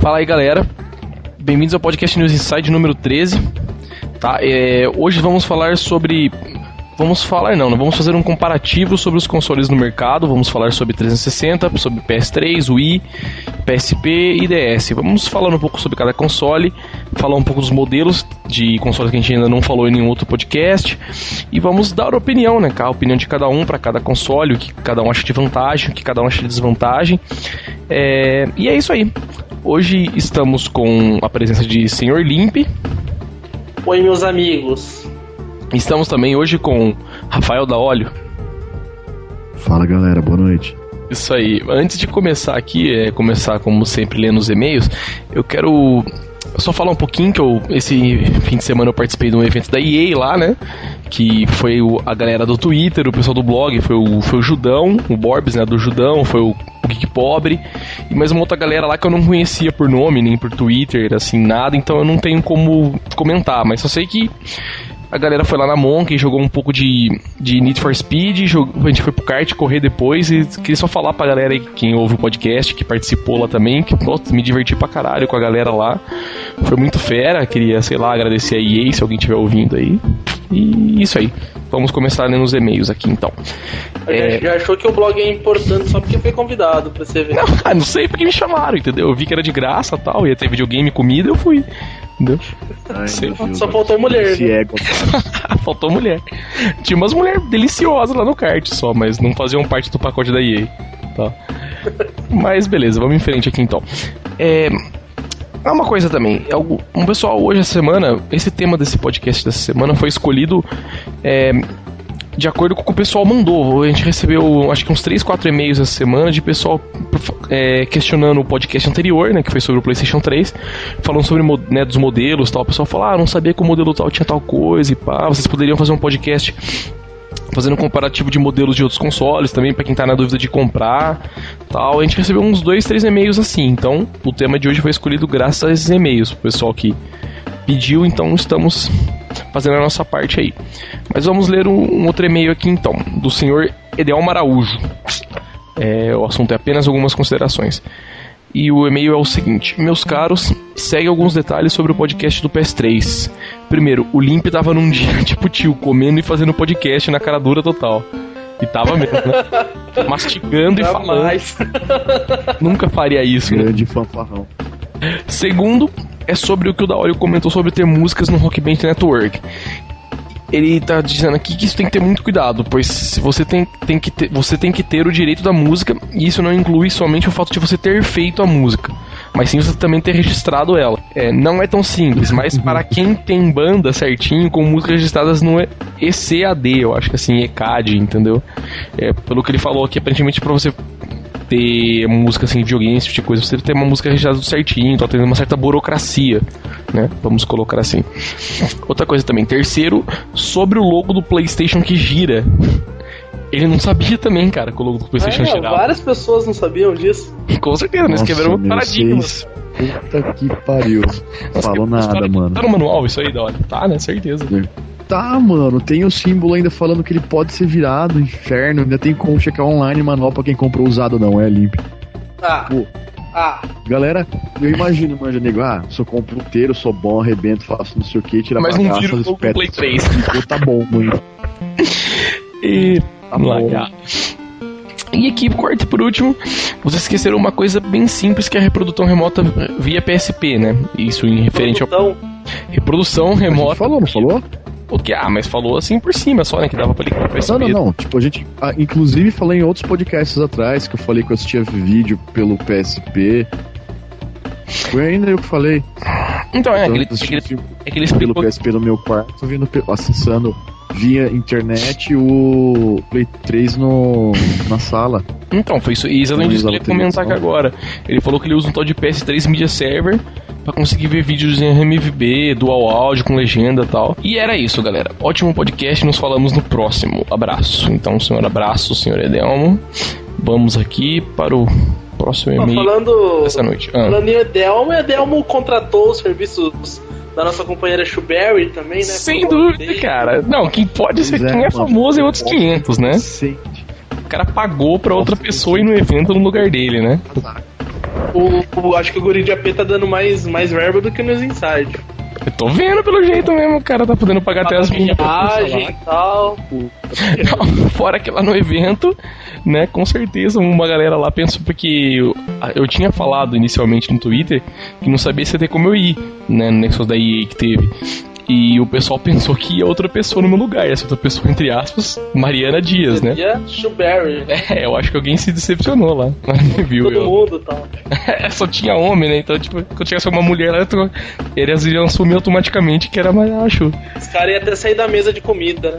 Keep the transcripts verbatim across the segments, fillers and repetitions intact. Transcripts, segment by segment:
Fala aí, galera. Bem-vindos ao Podcast News Inside número treze. Tá? É, hoje vamos falar sobre... Vamos falar não, não, vamos fazer um comparativo sobre os consoles no mercado. Vamos falar sobre trezentos e sessenta, sobre P S três, Wii, P S P e D S. Vamos falar um pouco sobre cada console, falar um pouco dos modelos de consoles que a gente ainda não falou em nenhum outro podcast. E vamos dar opinião, né? A opinião de cada um para cada console, o que cada um acha de vantagem, o que cada um acha de desvantagem. É, e é isso aí. Hoje estamos com a presença de senhor Limp. Oi, meus amigos. Estamos também hoje com Rafael da Óleo. Fala, galera, boa noite. Isso aí. Antes de começar aqui, é, começar como sempre lendo os e-mails, eu quero só falar um pouquinho que eu, esse fim de semana eu participei de um evento da E A lá, né? Que foi o, a galera do Twitter, o pessoal do blog, foi o, foi o Judão, o Borbs, né, do Judão, foi o, o Geek Pobre, e mais uma outra galera lá que eu não conhecia por nome, nem por Twitter, assim, nada, então eu não tenho como comentar, mas só sei que a galera foi lá na Monkey, jogou um pouco de, de Need for Speed, jogou, a gente foi pro kart correr depois e queria só falar pra galera aí, quem ouve o podcast, que participou lá também, que nossa, me diverti pra caralho com a galera lá. Foi muito fera, queria, sei lá, agradecer a E A se alguém estiver ouvindo aí. E isso aí. Vamos começar lendo os e-mails aqui então. É... Já achou que o blog é importante só porque foi convidado pra você ver? Não, não sei porque me chamaram, entendeu? Eu vi que era de graça e tal, ia ter videogame e comida, eu fui. Entendeu? Ai, só faltou mulher, né? Faltou mulher. Tinha umas mulheres deliciosas lá no kart só, mas não faziam parte do pacote da E A. Tá. Mas beleza, vamos em frente aqui então. É... Há uma coisa também, um pessoal hoje essa semana, esse tema desse podcast dessa semana foi escolhido é, de acordo com o que o pessoal mandou. A gente recebeu acho que uns três, quatro e-mails essa semana de pessoal é, questionando o podcast anterior, né, que foi sobre o PlayStation três, falando sobre, né, dos modelos, tal. O pessoal falou, ah, não sabia que o modelo tal tinha tal coisa e pá, vocês poderiam fazer um podcast fazendo um comparativo de modelos de outros consoles também, pra quem tá na dúvida de comprar, tal. A gente recebeu uns dois, três e-mails assim, então o tema de hoje foi escolhido graças a esses e-mails, o pessoal que pediu, então estamos fazendo a nossa parte aí. Mas vamos ler um, um outro e-mail aqui então, do senhor Edelmo Araújo. É, o assunto é apenas algumas considerações. E o e-mail é o seguinte: meus caros, segue alguns detalhes sobre o podcast do P S três. Primeiro, o Limp tava num dia tipo tio, comendo e fazendo podcast na cara dura total. E tava mesmo, né? Mastigando e falando. Nunca faria isso, né? Grande fanfarrão. Segundo, é sobre o que o Daolio comentou sobre ter músicas no Rock Band Network. Ele tá dizendo aqui que isso tem que ter muito cuidado, pois você tem, tem que ter, você tem que ter o direito da música, e isso não inclui somente o fato de você ter feito a música, mas sim você também ter registrado ela. É, não é tão simples, mas para quem tem banda certinho, com músicas registradas no E C A D, eu acho que assim, E C A D, entendeu? É, pelo que ele falou aqui, aparentemente para você ter música assim, videogame, esse tipo de coisa, você tem uma música registrada certinho, então tem uma certa burocracia, né? Vamos colocar assim. Outra coisa também, terceiro, sobre o logo do PlayStation que gira. Ele não sabia também, cara, que o logo do PlayStation é, girava. Várias pessoas não sabiam disso. Com certeza, mas quebraram um paradigma. Puta que pariu. Não falou nada, mano. Tá no manual isso aí, da hora. Tá, né? Certeza. Tá, mano, tem o símbolo ainda falando que ele pode ser virado, inferno. Ainda tem como checar online manual pra quem comprou usado, não, é limpo. Ah, Pô. ah. Galera, eu imagino, manja, nego, ah, sou computeiro, sou bom, arrebento, faço não sei o que, tira mas pra não cá, vira o espeta, Play três. Pô, tá bom, mano. E... Tá bom. E aqui, quarto e por último, vocês esqueceram uma coisa bem simples, que é a reprodução remota via P S P, né? Isso em referente ao... Reprodução remota... falou, não falou? Porque, ah, mas falou assim por cima só, né? Que dava pra ligar pra P S P. Não, não, não. Tipo, a gente... Ah, inclusive, falei em outros podcasts atrás, que eu falei que eu assistia vídeo pelo P S P. Foi ainda eu que falei. Então, é, então, aquele, aquele, aquele explicou... pelo P S P no meu quarto, vindo, acessando via internet o Play três no, na sala. Então, foi isso. E exatamente isso que eu ia comentar aqui agora. Ele falou que ele usa um tal de P S três Media Server pra conseguir ver vídeos em M V B, dual áudio, com legenda e tal. E era isso, galera. Ótimo podcast, nos falamos no próximo. Abraço. Então, senhor abraço, senhor Edelmo. Vamos aqui para o próximo e-mail falando, dessa noite. Ah. Falando em Edelmo, Edelmo contratou os serviços da nossa companheira Shuberry também, né? Sem dúvida, cara. Não, quem pode ser quem é famoso é outros quinhentos, né? O cara pagou pra outra pessoa ir no evento no lugar dele, né? O, o, acho que o Guri de A P tá dando mais, mais verba do que nos Inside. Eu tô vendo pelo jeito mesmo, o cara tá podendo pagar até as minhas viagem e tal. Não, fora que lá no evento, né, com certeza uma galera lá pensou, porque eu, eu tinha falado inicialmente no Twitter que não sabia se ia ter como eu ir, né, no Nexus da E A que teve. E o pessoal pensou que ia outra pessoa no meu lugar. E essa outra pessoa, entre aspas, Mariana Dias, né? Ia Shuberry. É, eu acho que alguém se decepcionou lá. Viu? Todo eu... mundo e tal. Só tinha homem, né? Então, tipo, quando tivesse uma mulher lá, tô... eles iriam assumir automaticamente que era macho. Os caras iam até sair da mesa de comida, né?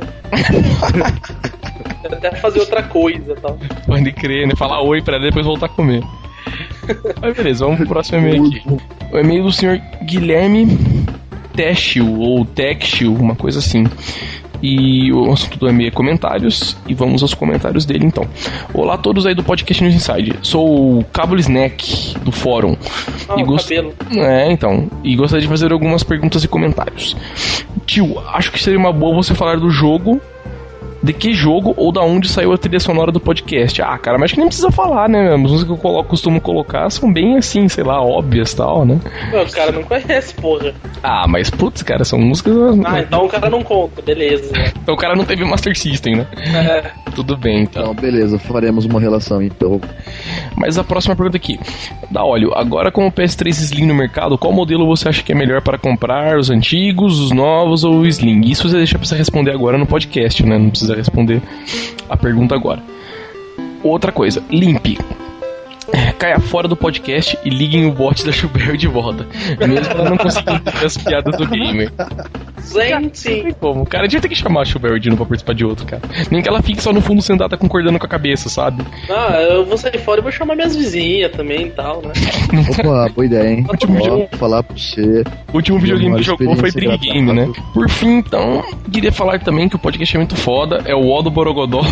Até fazer outra coisa e tal. Pode crer, né? Falar oi pra ela e depois voltar a comer. Mas beleza, vamos pro próximo e-mail aqui. O e-mail do senhor Guilherme Techil, ou Techil, uma coisa assim. E o assunto do e-mail é comentários. E vamos aos comentários dele então. Olá a todos aí do Podcast News Inside. Sou o Cabo Snack do fórum. Ah, e o gost... cabelo. É, então. E gostaria de fazer algumas perguntas e comentários. Tio, acho que seria uma boa você falar do jogo. De que jogo ou da onde saiu a trilha sonora do podcast? Ah, cara, mas acho que nem precisa falar, né? As músicas que eu coloco, costumo colocar são bem assim, sei lá, óbvias e tal, né? Não, os caras não conhecem, porra. Ah, mas putz, cara, são músicas. Ah, então o cara não conta, beleza. Então o cara não teve Master System, né? É. Tudo bem, então. Então, beleza, faremos uma relação então. Mas a próxima pergunta aqui. Da Olho, agora com o P S três Slim no mercado, qual modelo você acha que é melhor para comprar? Os antigos, os novos ou o Slim? Isso você deixa pra você responder agora no podcast, né? Não precisa responder a pergunta agora. Outra coisa, limpe. Caia fora do podcast e liguem o bot da Shuberry de volta. Mesmo ela não conseguindo entender as piadas do gamer. Gente! Não tem como. O cara devia ter que chamar a Shuberry de novo pra participar de outro, cara. Nem que ela fique só no fundo sentada concordando com a cabeça, sabe? Ah, eu vou sair fora e vou chamar minhas vizinhas também e tal, né? Opa, boa ideia, hein? Último Ó, jogo. falar pra você. O último videogame que jogou foi experiência Dream Game, né? agradável. Por fim, então, queria falar também que o podcast é muito foda. É o O do Borogodó.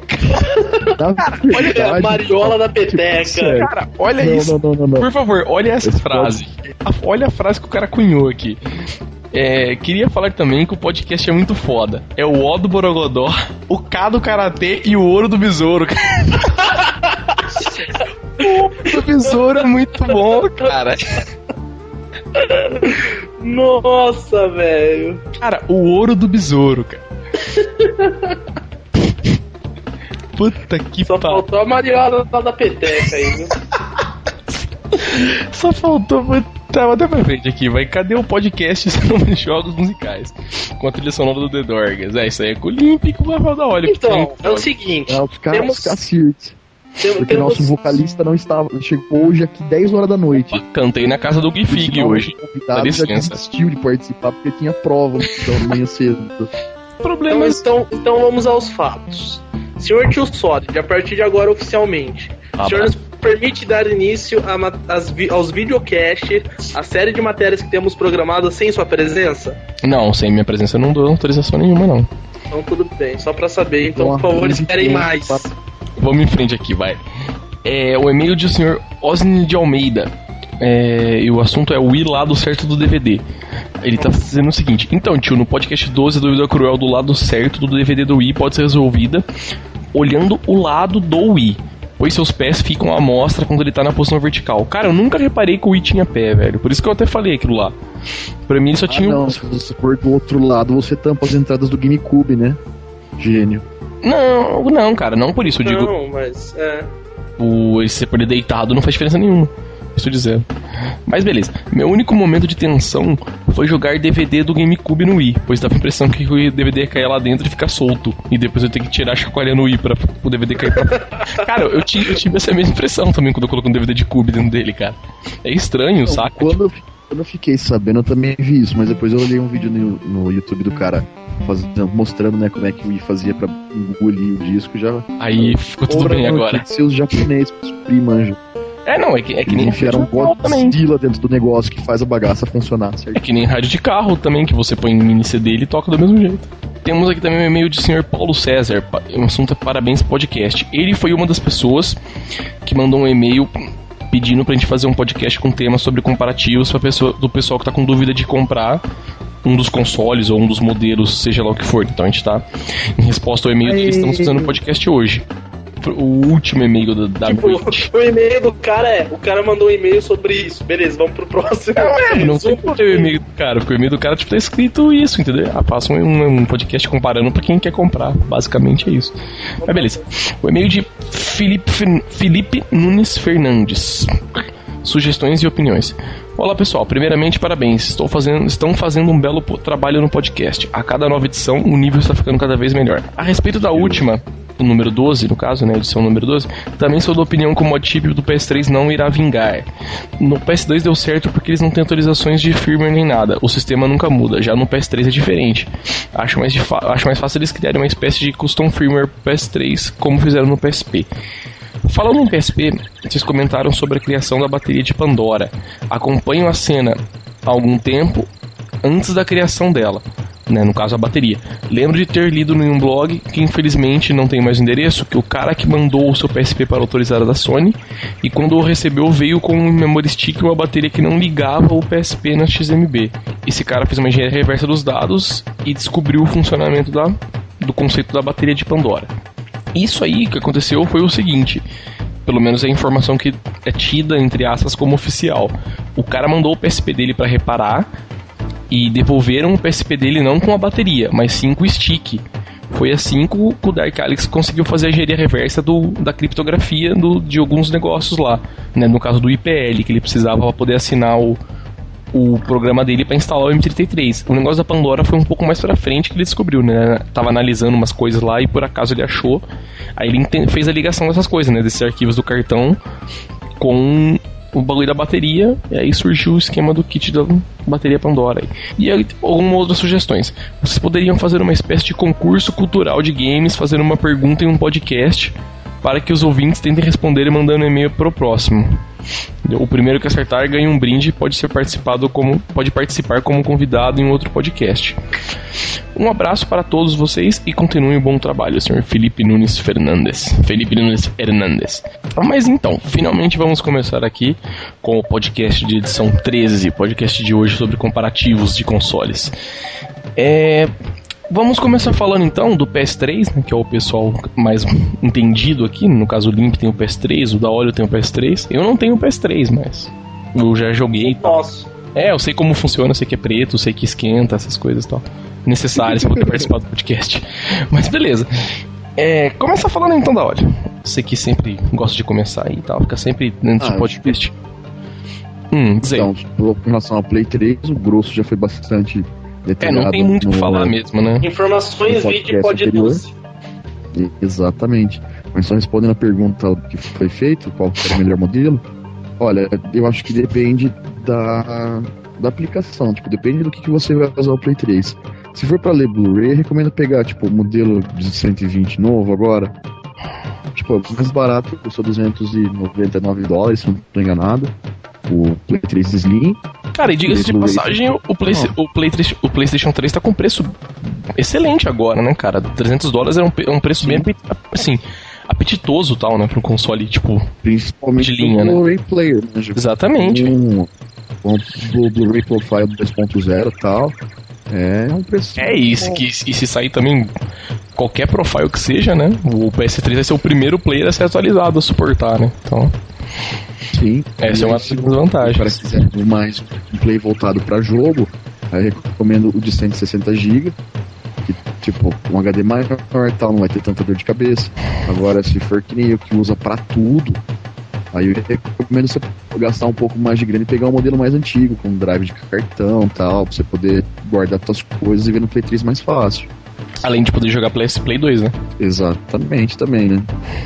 Na Olha a verdade, mariola da peteca. sério. Cara, olha Não, isso. não, não, não, não. Por favor, olha essa Esse frase. A- olha a frase que o cara cunhou aqui. É, queria falar também que o podcast é muito foda. É o O do Borogodó, o K do Karatê e o Ouro do Besouro. O Ouro do Besouro é muito bom, cara. Nossa, velho. Cara, o Ouro do Besouro, cara. Puta que Só pariu. faltou a mariola da peteca aí, viu? Só faltou. Tá, até pra frente aqui, vai. Cadê o podcast sobre jogos musicais? Com a trilha sonora do The Dorgas. É, isso aí é com o Limp e com o Rafael da Olho. Então, é o seguinte. É, os caras temos, cacirtes. tem- Porque temos, nosso vocalista não estava. Chegou hoje aqui dez horas da noite. Cantei na casa do Gui Por Fig sinal, hoje. O convidado Dá já licença. desistiu de participar porque tinha prova então, amanhã cedo. então, Problemas. então, então vamos aos fatos. Senhor Tio Solid, a partir de agora oficialmente, Ah, o senhor tá. nos permite dar início a ma- as vi- aos videocasts, a série de matérias que temos programadas sem sua presença? Não, sem minha presença eu não dou autorização nenhuma, não. Então tudo bem, só pra saber. Então, Então, por favor, arranje esperem tempo mais. pra- Vamos em frente aqui, vai. É o e-mail do senhor Osni de Almeida. É, e o assunto é o I lado certo do D V D. Ele tá dizendo o seguinte: então, tio, no podcast doze, a dúvida cruel do lado certo do D V D do Wii pode ser resolvida olhando o lado do Wii, pois seus pés ficam à mostra quando ele tá na posição vertical. Cara, eu nunca reparei que o Wii tinha pé, velho. Por isso que eu até falei aquilo lá. Pra mim ele só Ah, tinha. não, se você for do outro lado, você tampa as entradas do GameCube, né? Gênio. Não, não, cara, não por isso. Eu digo, Não, mas é. o você poder deitado não faz diferença nenhuma. Estou dizendo. Mas beleza. Meu único momento de tensão foi jogar D V D do GameCube no Wii, pois dava a impressão que o D V D ia cair lá dentro e ficar solto. E depois eu ter que tirar a chacoalha no Wii pra o D V D cair pra. Cara, eu tive, eu tive essa mesma impressão também quando eu coloquei um D V D de Cube dentro dele, cara. É estranho, saca? Quando eu, fi- quando eu fiquei sabendo, eu também vi isso, mas depois eu olhei um vídeo no, no YouTube do cara fazendo, mostrando, né, como é que o Wii fazia pra engolir o disco já. Aí ficou tudo Ora, bem não, agora. tinha que ser os japoneses pra suprir, manja. É, não, é que, é que nem Eles enfiaram um rádio de carro também. Godzilla dentro do negócio que faz a bagaça funcionar, É certo? que nem rádio de carro também, que você põe em mini C D e ele toca do mesmo jeito. Temos aqui também um e-mail do senhor Paulo César. pa- O assunto é parabéns pro podcast. Ele foi uma das pessoas que mandou um e-mail pedindo pra gente fazer um podcast com temas sobre comparativos pra pessoa, do pessoal que tá com dúvida de comprar um dos consoles ou um dos modelos, seja lá o que for. Então a gente tá em resposta ao e-mail dele, estamos fazendo o podcast hoje. o último e-mail da, da tipo, noite. O e-mail do cara é, o cara mandou um e-mail sobre isso. Beleza, vamos pro próximo. Não, é, não sei qual é o e-mail do cara, porque o e-mail do cara tipo, tá escrito isso, entendeu? Ah, passa um, um podcast comparando pra quem quer comprar. Basicamente é isso. Mas beleza. O e-mail de Felipe, Felipe Nunes Fernandes. Sugestões e opiniões. Olá pessoal, primeiramente parabéns, Estou fazendo, estão fazendo um belo trabalho no podcast. A cada nova edição o nível está ficando cada vez melhor. A respeito da última, o número doze no caso, né, edição número doze, também sou da opinião que o mod chip do P S três não irá vingar. No P S dois deu certo porque eles não têm atualizações de firmware nem nada, o sistema nunca muda, já no P S três é diferente. Acho mais, acho mais fácil eles criarem uma espécie de custom firmware pro P S três como fizeram no P S P. Falando em P S P, vocês comentaram sobre a criação da bateria de Pandora. Acompanho a cena há algum tempo antes da criação dela, né, no caso a bateria. Lembro de ter lido em um blog, que infelizmente não tem mais endereço, que o cara que mandou o seu P S P para autorizar da Sony, e quando o recebeu veio com um memory stick e uma bateria que não ligava o P S P na X M B. Esse cara fez uma engenharia reversa dos dados e descobriu o funcionamento da, do conceito da bateria de Pandora. Isso aí que aconteceu foi o seguinte, pelo menos é a informação que é tida, entre aspas, como oficial. O cara mandou o P S P dele para reparar e devolveram o P S P dele não com a bateria, mas sim com o stick. Foi assim que o Dark Alex conseguiu fazer a engenharia reversa do, da criptografia do, de alguns negócios lá, né? No caso do I P L, que ele precisava para poder assinar o, o programa dele para instalar o M trinta e três. O negócio da Pandora foi um pouco mais pra frente que ele descobriu, né? Tava analisando umas coisas lá e por acaso ele achou. Aí ele fez a ligação dessas coisas, né? Desses arquivos do cartão com o bagulho da bateria. E aí surgiu o esquema do kit da bateria Pandora. E aí, algumas outras sugestões. Vocês poderiam fazer uma espécie de concurso cultural de games, fazendo uma pergunta em um podcast, para que os ouvintes tentem responder mandando e-mail pro próximo. O primeiro que acertar ganha um brinde e pode ser participado como, pode participar como convidado em outro podcast. Um abraço para todos vocês e continuem o bom trabalho, senhor Felipe Nunes Fernandes. Felipe Nunes Fernandes. Mas então, finalmente vamos começar aqui com o podcast de edição treze, podcast de hoje sobre comparativos de consoles. É... Vamos começar falando então do P S três, né, que é o pessoal mais entendido aqui. No caso, o Limp tem o P S três, o Daolio tem o P S três. Eu não tenho o P S três, mas eu já joguei. Nossa. É, eu sei como funciona, eu sei que é preto, eu sei que esquenta, essas coisas e tal. Necessárias para poder participar do podcast. Mas beleza. É, começa falando então, Daolio. Você que sempre gosta de começar aí e tal, fica sempre dentro ah, do podcast. Hum, diz aí. Então, tipo, em relação ao Play três, o grosso já foi bastante... É, não tem muito o que falar mesmo, né? Informações, vídeo pode doce. Exatamente. Mas só respondendo a pergunta que foi feita, qual era o melhor modelo, olha, eu acho que depende da, da aplicação, tipo, depende do que, que você vai usar o Play três. Se for pra ler Blu-ray, eu recomendo pegar, tipo, o modelo de cento e vinte novo agora. Tipo, o mais barato custou duzentos e noventa e nove dólares, se não tô enganado. O Play três Slim. Cara, e diga-se de passagem, o, Play, o, PlayStation, o PlayStation três tá com preço excelente agora, né, cara? trezentos dólares é um, é um preço Sim. bem, assim, apetitoso tal, né, pra um console, tipo, principalmente de linha, né? Blu-ray Player, né? Exatamente. Um, um Blu-ray Profile dois ponto zero e tal. É um preço. É isso, que, e se sair também qualquer profile que seja, né? O P S três vai ser o primeiro player a ser atualizado, a suportar, né? Então. Sim. Essa é uma das vantagens. Para se quiser mais um play voltado para jogo, aí eu recomendo o de cento e sessenta gigas. Que, tipo, um H D maior e tal, não vai ter tanta dor de cabeça. Agora, se for que nem eu que usa pra tudo, aí eu recomendo você gastar um pouco mais de grana e pegar um modelo mais antigo, com drive de cartão e tal, pra você poder guardar suas coisas e ver no Play três mais fácil. Além de poder jogar Play, Play dois, né? Exatamente, também, né?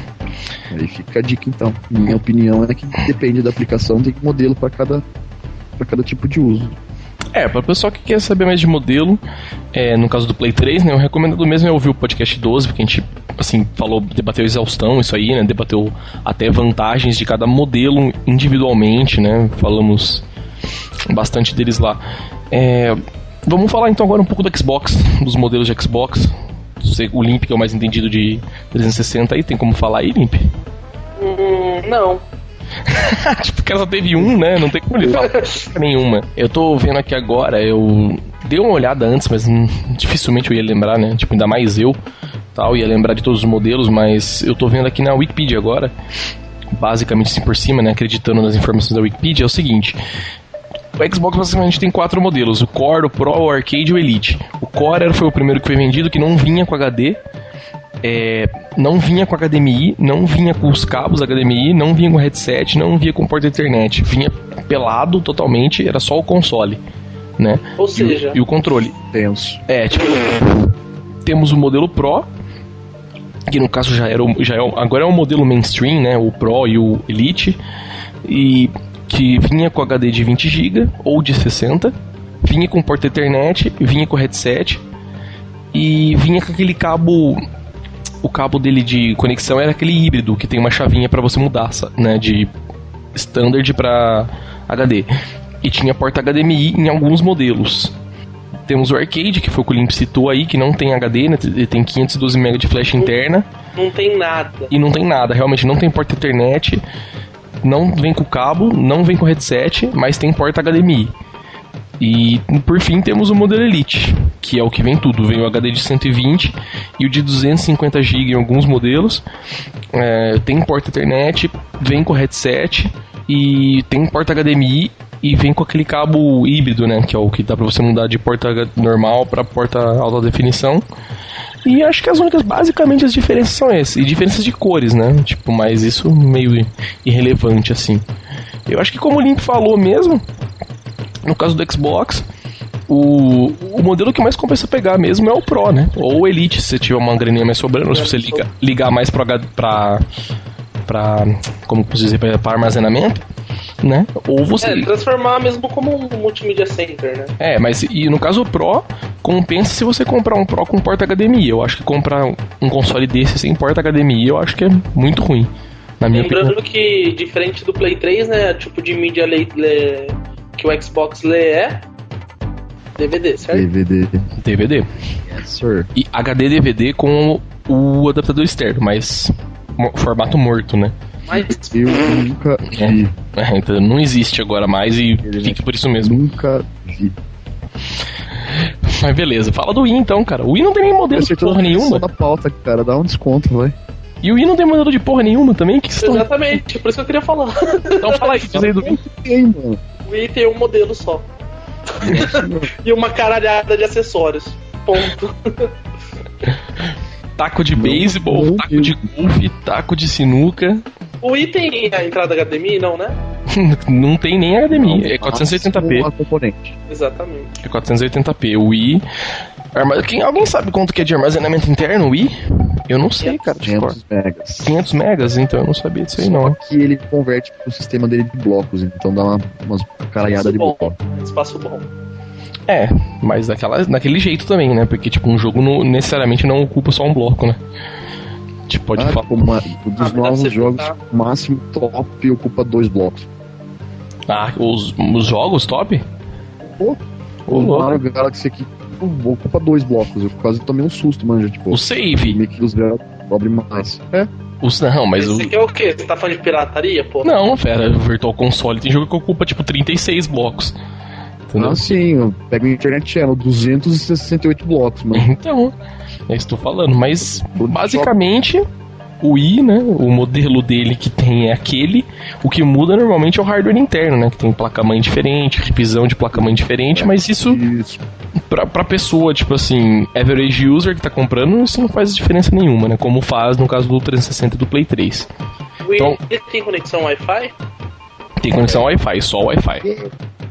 Aí fica a dica, então. Minha opinião é que depende da aplicação, tem modelo para cada, pra cada tipo de uso. É, para o pessoal que quer saber mais de modelo, é, no caso do Play três, né, eu recomendo do mesmo é ouvir o podcast doze, porque a gente, assim, falou, debateu exaustão isso aí, né, debateu até vantagens de cada modelo individualmente, né, falamos bastante deles lá. É, vamos falar então agora um pouco do Xbox, dos modelos de Xbox. O Limp, que é o mais entendido de trezentos e sessenta, aí tem como falar aí, Limp? Hum, não. Tipo, o cara só teve um, né? Não tem como ele falar nenhuma. Eu tô vendo aqui agora, eu dei uma olhada antes, mas hum, dificilmente eu ia lembrar, né? Tipo, ainda mais eu. tal, ia lembrar de todos os modelos, mas eu tô vendo aqui na Wikipedia agora, basicamente assim por cima, né, acreditando nas informações da Wikipedia, é o seguinte: o Xbox basicamente tem quatro modelos: o Core, o Pro, o Arcade e o Elite. O Core era, foi o primeiro que foi vendido, que não vinha com H D, é, não vinha com H D M I, não vinha com os cabos H D M I, não vinha com headset, não vinha com porta internet, vinha pelado totalmente, era só o console, né? Ou seja, e o, e o controle. Tenso. É, tipo, temos o modelo Pro, que no caso já era o, já é o, agora é o modelo mainstream, né? O Pro e o Elite, e que vinha com H D de vinte gigas ou de sessenta, vinha com porta Ethernet, vinha com headset e vinha com aquele cabo, o cabo dele de conexão era aquele híbrido que tem uma chavinha para você mudar, né, de standard para H D, e tinha porta H D M I em alguns modelos. Temos o Arcade, que foi o que o Limp citou aí, que não tem H D, né? Ele tem quinhentos e doze megabytes de flash interna. Não tem nada. E não tem nada, realmente não tem porta Ethernet, não vem com cabo, não vem com headset, mas tem porta H D M I. E por fim temos o modelo Elite, que é o que vem tudo. Vem o H D de cento e vinte e o de duzentos e cinquenta gigas em alguns modelos. É, tem porta Ethernet, vem com headset e tem porta H D M I e vem com aquele cabo híbrido, né, que é o que dá pra você mudar de porta normal para porta alta definição. E acho que as únicas, basicamente, as diferenças são essas. E diferenças de cores, né? Tipo, mas isso meio irrelevante, assim. Eu acho que, como o Limp falou mesmo, no caso do Xbox, o, o modelo que mais compensa pegar mesmo é o Pro, né? Ou o Elite, se você tiver uma graninha mais sobrando, ou se você liga, ligar mais pra, pra, pra como posso dizer, pra, pra armazenamento, né? Ou você... É, transformar mesmo como um multimedia center, né? É, mas e no caso o Pro, compensa se você comprar um Pro com porta H D M I. Eu acho que comprar um console desse sem porta H D M I, eu acho que é muito ruim, na minha Lembrando opinião. que, diferente do Play três, né, tipo de mídia lê, lê, que o Xbox lê é D V D, certo? D V D. D V D. Yes, sir. E H D D V D com o adaptador externo, mas mo- formato morto, né? Mas Eu nunca vi. É, então não existe agora mais e fica por isso mesmo. Nunca vi. Mas beleza, fala do Wii então, cara. O Wii não tem nem modelo de porra nenhuma. Na pauta, cara, dá um desconto, vai. E o Wii não tem modelo de porra nenhuma também? Que estão... exatamente, por isso que eu queria falar. Então fala aí, diz aí do Wii. Tem, mano. O Wii tem um modelo só. E uma caralhada de acessórios. Ponto. Taco de beisebol, não, taco não. de golfe, taco de sinuca. O Wii tem a entrada H D M I, não, né? Não tem nem H D M I, é quatrocentos e oitenta p. A componente. Exatamente. É quatrocentos e oitenta p. O Wii. Arma... Quem... Alguém sabe quanto que é de armazenamento interno o Wii? Eu não sei, cara. de cor. quinhentos megas. quinhentos megas, então eu não sabia disso aí, não. Só que ele converte pro sistema dele de blocos, então dá uma, umas caralhada de Bom, bloco. espaço bom. É, mas daquela, daquele jeito também, né? Porque, tipo, um jogo não, necessariamente não ocupa só um bloco, né? Tipo, pode Ah, falar. tipo, uma, dos Ah, novos você jogos, tá- o máximo top ocupa dois blocos. Ah, os, os jogos top? Pô, Ô, o louco. Mario Galaxy aqui pô, ocupa dois blocos. Eu quase tomei um susto, mano. Tipo, O save. meio que os gráficos cobrem mais. É, Os, não, mas o. Esse aqui é o quê? Você tá falando de pirataria, pô? Não, fera, Virtual Console tem jogo que ocupa tipo trinta e seis blocos. Entendeu? ah, sim, eu pego o Internet Channel, duzentos e sessenta e oito blocos, mano. Então, é isso que eu tô falando. Mas basicamente o Wii, né? O modelo dele que tem é aquele. O que muda normalmente é o hardware interno, né? Que tem placa-mãe diferente, revisão de placa-mãe diferente, mas isso, Isso. pra, pra pessoa, tipo assim, average user que tá comprando, isso não faz diferença nenhuma, né? Como faz no caso do trezentos e sessenta e do Play três. O Wii Então- ele tem conexão Wi-Fi? Tem conexão Wi-Fi, só Wi-Fi.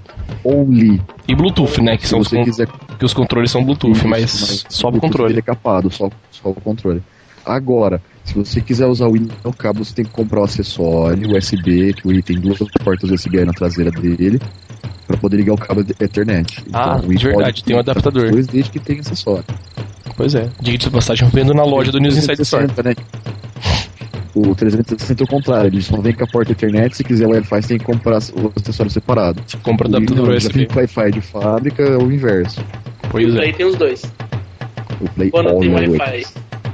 Only. E Bluetooth, né? Que, Se são os, você con- quiser. que os controles são Bluetooth, Isso, mas, só pro Bluetooth controle. dele é capado, só, só o controle. Agora, se você quiser usar o Wii no cabo, você tem que comprar o acessório U S B, que o Wii tem duas portas U S B aí na traseira dele, pra poder ligar o cabo de Ethernet. Ah, o Wii verdade, pode tem um ligar adaptador. dois desde que tem acessório. Pois é. Diga de passagem, vendo na loja do News Inside Store. trezentos e sessenta, né? O trezentos e sessenta é o contrário, ele só vem com a porta Ethernet, se quiser o Wi-Fi você tem que comprar o acessório separado. Compra O Wii adaptador não, U já S tem B. Wi-Fi de fábrica, é o inverso. Pois O é. Play tem os dois. O Play Ou não tem Always. Wi-Fi?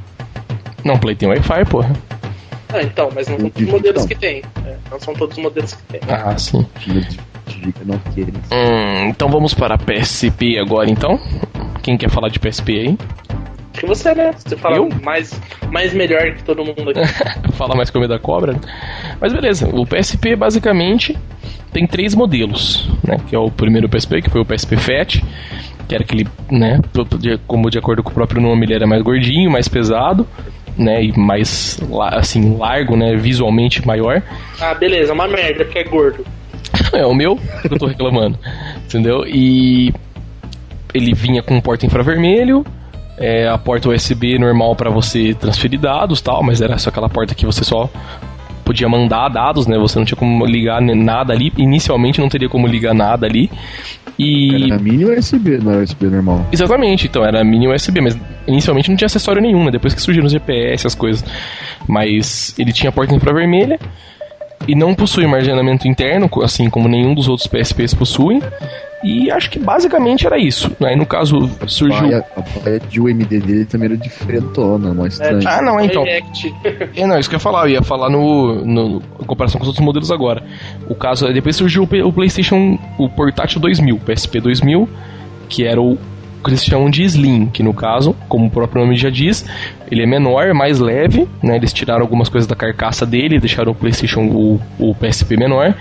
Não, Play tem Wi-Fi, porra. Ah, então, mas não são todos os Então. modelos que tem. É, não são todos os modelos que tem. Ah, sim. Diga não queira. Hum, então vamos para a P S P agora, então. Quem quer falar de P S P aí? Que você, né? Você fala Eu? mais, mais melhor que todo mundo aqui. Fala mais com medo da cobra, né? Mas beleza, o P S P basicamente tem três modelos, né? Que é o primeiro P S P, que foi o P S P Fat, que era aquele, né? Como de acordo com o próprio nome, ele era mais gordinho, mais pesado, né? E mais, assim, largo, né? Visualmente maior. Ah, beleza, uma merda, porque é gordo. É o meu que eu tô reclamando, entendeu? E ele vinha com porta infravermelho, é, a porta U S B normal para você transferir dados, tal, mas era só aquela porta que você só podia mandar dados, né? Você não tinha como ligar nada ali. Inicialmente não teria como ligar nada ali. E era mini U S B, não era U S B normal. Exatamente, então era mini U S B, mas inicialmente não tinha acessório nenhum, né? Depois que surgiram os G P S, as coisas. Mas ele tinha porta infravermelha e não possui armazenamento interno, assim como nenhum dos outros P S Ps possuem. E acho que basicamente era isso. Aí no caso surgiu. A baia de U M D dele também era diferentona, mais estranha. É, ah, não, então. Direct. É, não, isso que eu ia falar. Eu ia falar no, no em comparação com os outros modelos agora. O caso é depois surgiu o, o PlayStation, o Portátil dois mil, P S P dois mil, que era o que eles chamam de Slim, que no caso, como o próprio nome já diz, ele é menor, mais leve, né? Eles tiraram algumas coisas da carcaça dele, deixaram o PlayStation, o, o P S P menor.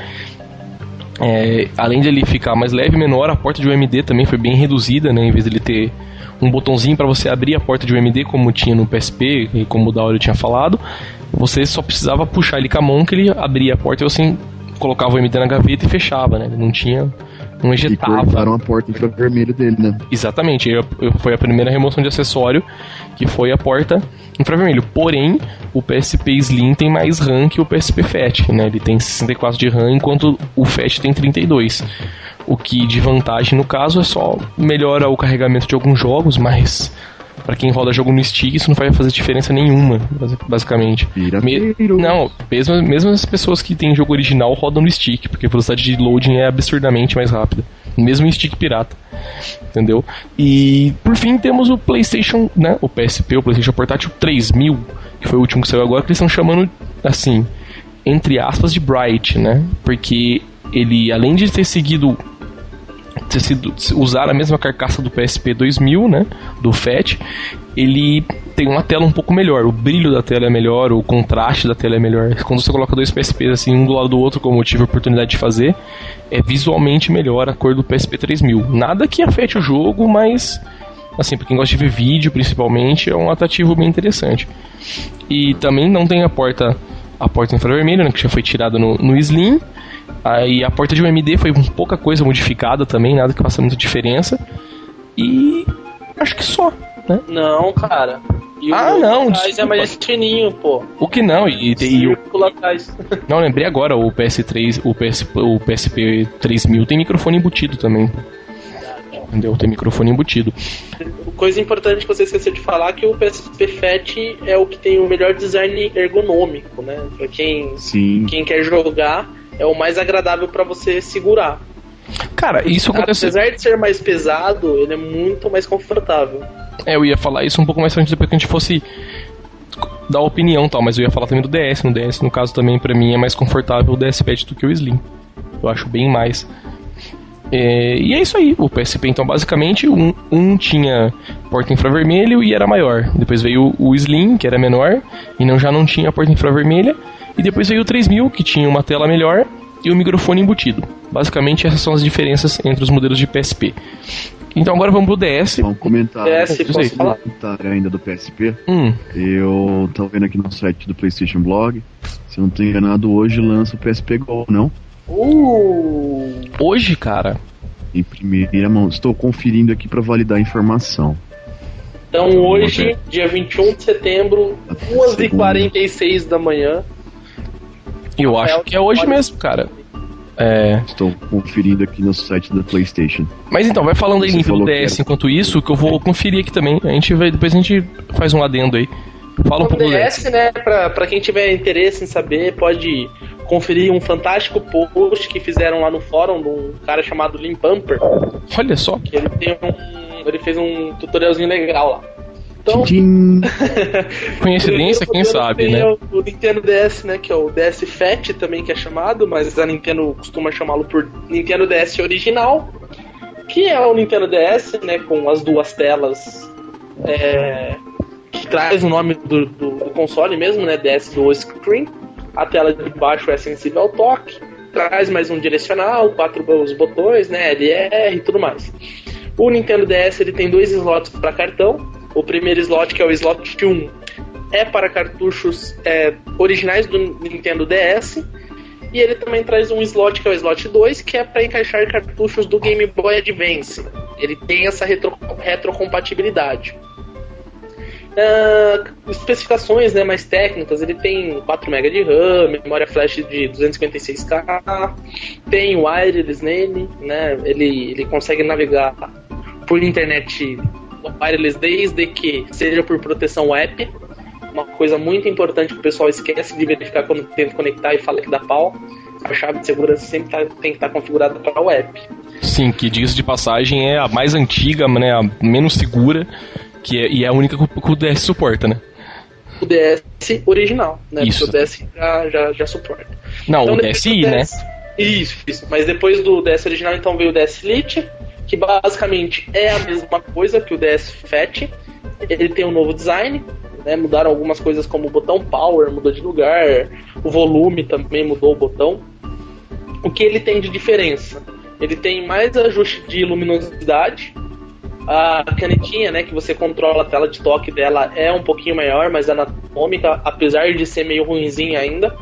É, além de ele ficar mais leve e menor, a porta de U M D também foi bem reduzida, né? Em vez de ele ter um botãozinho para você abrir a porta de U M D, como tinha no P S P e como o Dauro tinha falado, você só precisava puxar ele com a mão que ele abria a porta e você colocava o U M D na gaveta e fechava, né? Ele não tinha... não ejetava. E cortaram a porta infravermelho dele, né? Exatamente, foi a primeira remoção de acessório, que foi a porta infravermelho. Porém, o P S P Slim tem mais RAM que o P S P Fat, né? Ele tem sessenta e quatro de RAM, enquanto o Fat tem trinta e dois. O que de vantagem no caso é só melhora o carregamento de alguns jogos, mas pra quem roda jogo no stick isso não vai fazer diferença nenhuma, basicamente. Me... Não, mesmo, mesmo as pessoas que têm jogo original rodam no stick, porque a velocidade de loading é absurdamente mais rápida, mesmo em stick pirata, entendeu? E por fim temos o PlayStation, né, o P S P, o PlayStation Portátil três mil, que foi o último que saiu agora, que eles estão chamando, assim, entre aspas, de Bright, né? Porque ele, além de ter seguido ter sido, usar a mesma carcaça do P S P dois mil, né, do Fat, ele tem uma tela um pouco melhor, o brilho da tela é melhor, o contraste da tela é melhor. Quando você coloca dois P S Ps assim, um do lado do outro, como eu tive a oportunidade de fazer, é visualmente melhor a cor do P S P três mil. Nada que afete o jogo, mas assim, pra quem gosta de ver vídeo, principalmente, é um atrativo bem interessante. E também não tem a porta a porta infravermelha, né, que já foi tirada no, no Slim. Aí a porta de U M D foi pouca coisa modificada também, nada que faça muita diferença. E acho que só, né? Não, cara. E o ah, não, atrás é mais fininho, pô. O que não? E, e, e o... atrás. Não, lembrei agora, o P S três, o, P S, o P S P três mil tem microfone embutido também. Entendeu? Tem microfone embutido. Coisa importante que você esqueceu de falar, que o P S P Fat é o que tem o melhor design ergonômico, né? Pra quem, Sim. quem quer jogar, é o mais agradável pra você segurar. Cara, isso acontece... Apesar de ser mais pesado, ele é muito mais confortável. É, eu ia falar isso um pouco mais frente depois que a gente fosse dar opinião e tal, mas eu ia falar também do D S. No D S, no caso, também pra mim é mais confortável o D S Pad do que o Slim. Eu acho bem mais. É, e é isso aí, o P S P então basicamente um, um tinha porta infravermelho e era maior. Depois veio o, o Slim, que era menor e não, já não tinha porta infravermelha. E depois veio o três mil, que tinha uma tela melhor e o microfone embutido. Basicamente essas são as diferenças entre os modelos de P S P. Então agora vamos pro D S. Um comentário, D S, posso falar? comentário ainda do P S P. Hum. Eu tô vendo aqui no site do PlayStation Blog. Se eu não tô enganado, hoje lança o P S P Go, não? Uh. Hoje, cara? Em primeira mão. Estou conferindo aqui pra validar a informação. Então hoje, dia vinte e um de setembro, duas e quarenta e seis da manhã. Eu acho que é hoje mesmo, cara. É... Estou conferindo aqui no site da PlayStation. Mas então, vai falando aí, Link, do D S era... enquanto isso, que eu vou conferir aqui também. A gente vai, depois a gente faz um adendo aí. Fala um pouco do D S, né? Pra, pra quem tiver interesse em saber, pode conferir um fantástico post que fizeram lá no fórum de um cara chamado Lim Pumper. Olha só. Que ele tem um. Ele fez um tutorialzinho legal lá. Então, coincidência, quem sabe, né? O, o Nintendo D S, né? Que é o D S Fat também, que é chamado, mas a Nintendo costuma chamá-lo por Nintendo D S original, que é o Nintendo D S, né? Com as duas telas é, traz o nome do, do, do console mesmo, né? D S Dual Screen. A tela de baixo é sensível ao toque. Traz mais um direcional, quatro os botões, né? L R e tudo mais. O Nintendo D S ele tem dois slots para cartão. O primeiro slot, que é o slot um, é para cartuchos é, originais do Nintendo D S. E ele também traz um slot, que é o slot dois, que é para encaixar cartuchos do Game Boy Advance. Ele tem essa retro, retrocompatibilidade. Uh, especificações, né, mais técnicas, ele tem quatro megabytes de RAM, memória flash de duzentos e cinquenta e seis K, tem wireless nele, né, ele, ele consegue navegar por internet wireless desde que seja por proteção web, uma coisa muito importante que o pessoal esquece de verificar quando tenta conectar e fala que dá pau. A chave de segurança sempre tá, tem que estar tá configurada para a web. Sim, que diz de passagem é a mais antiga, né, a menos segura, que é, e é a única que o D S suporta, né? O D S original, né? Isso. Porque o D S já, já, já suporta. Não, então, o D S I, né? Isso, isso. Mas depois do D S original, então veio o D S Lite, que basicamente é a mesma coisa que o D S Fat. Ele tem um novo design, né? Mudaram algumas coisas como o botão Power, mudou de lugar, o volume também mudou o botão. O que ele tem de diferença? Ele tem mais ajuste de luminosidade. A canetinha, né, que você controla a tela de toque dela é um pouquinho maior, mas anatômica, apesar de ser meio ruinzinha ainda.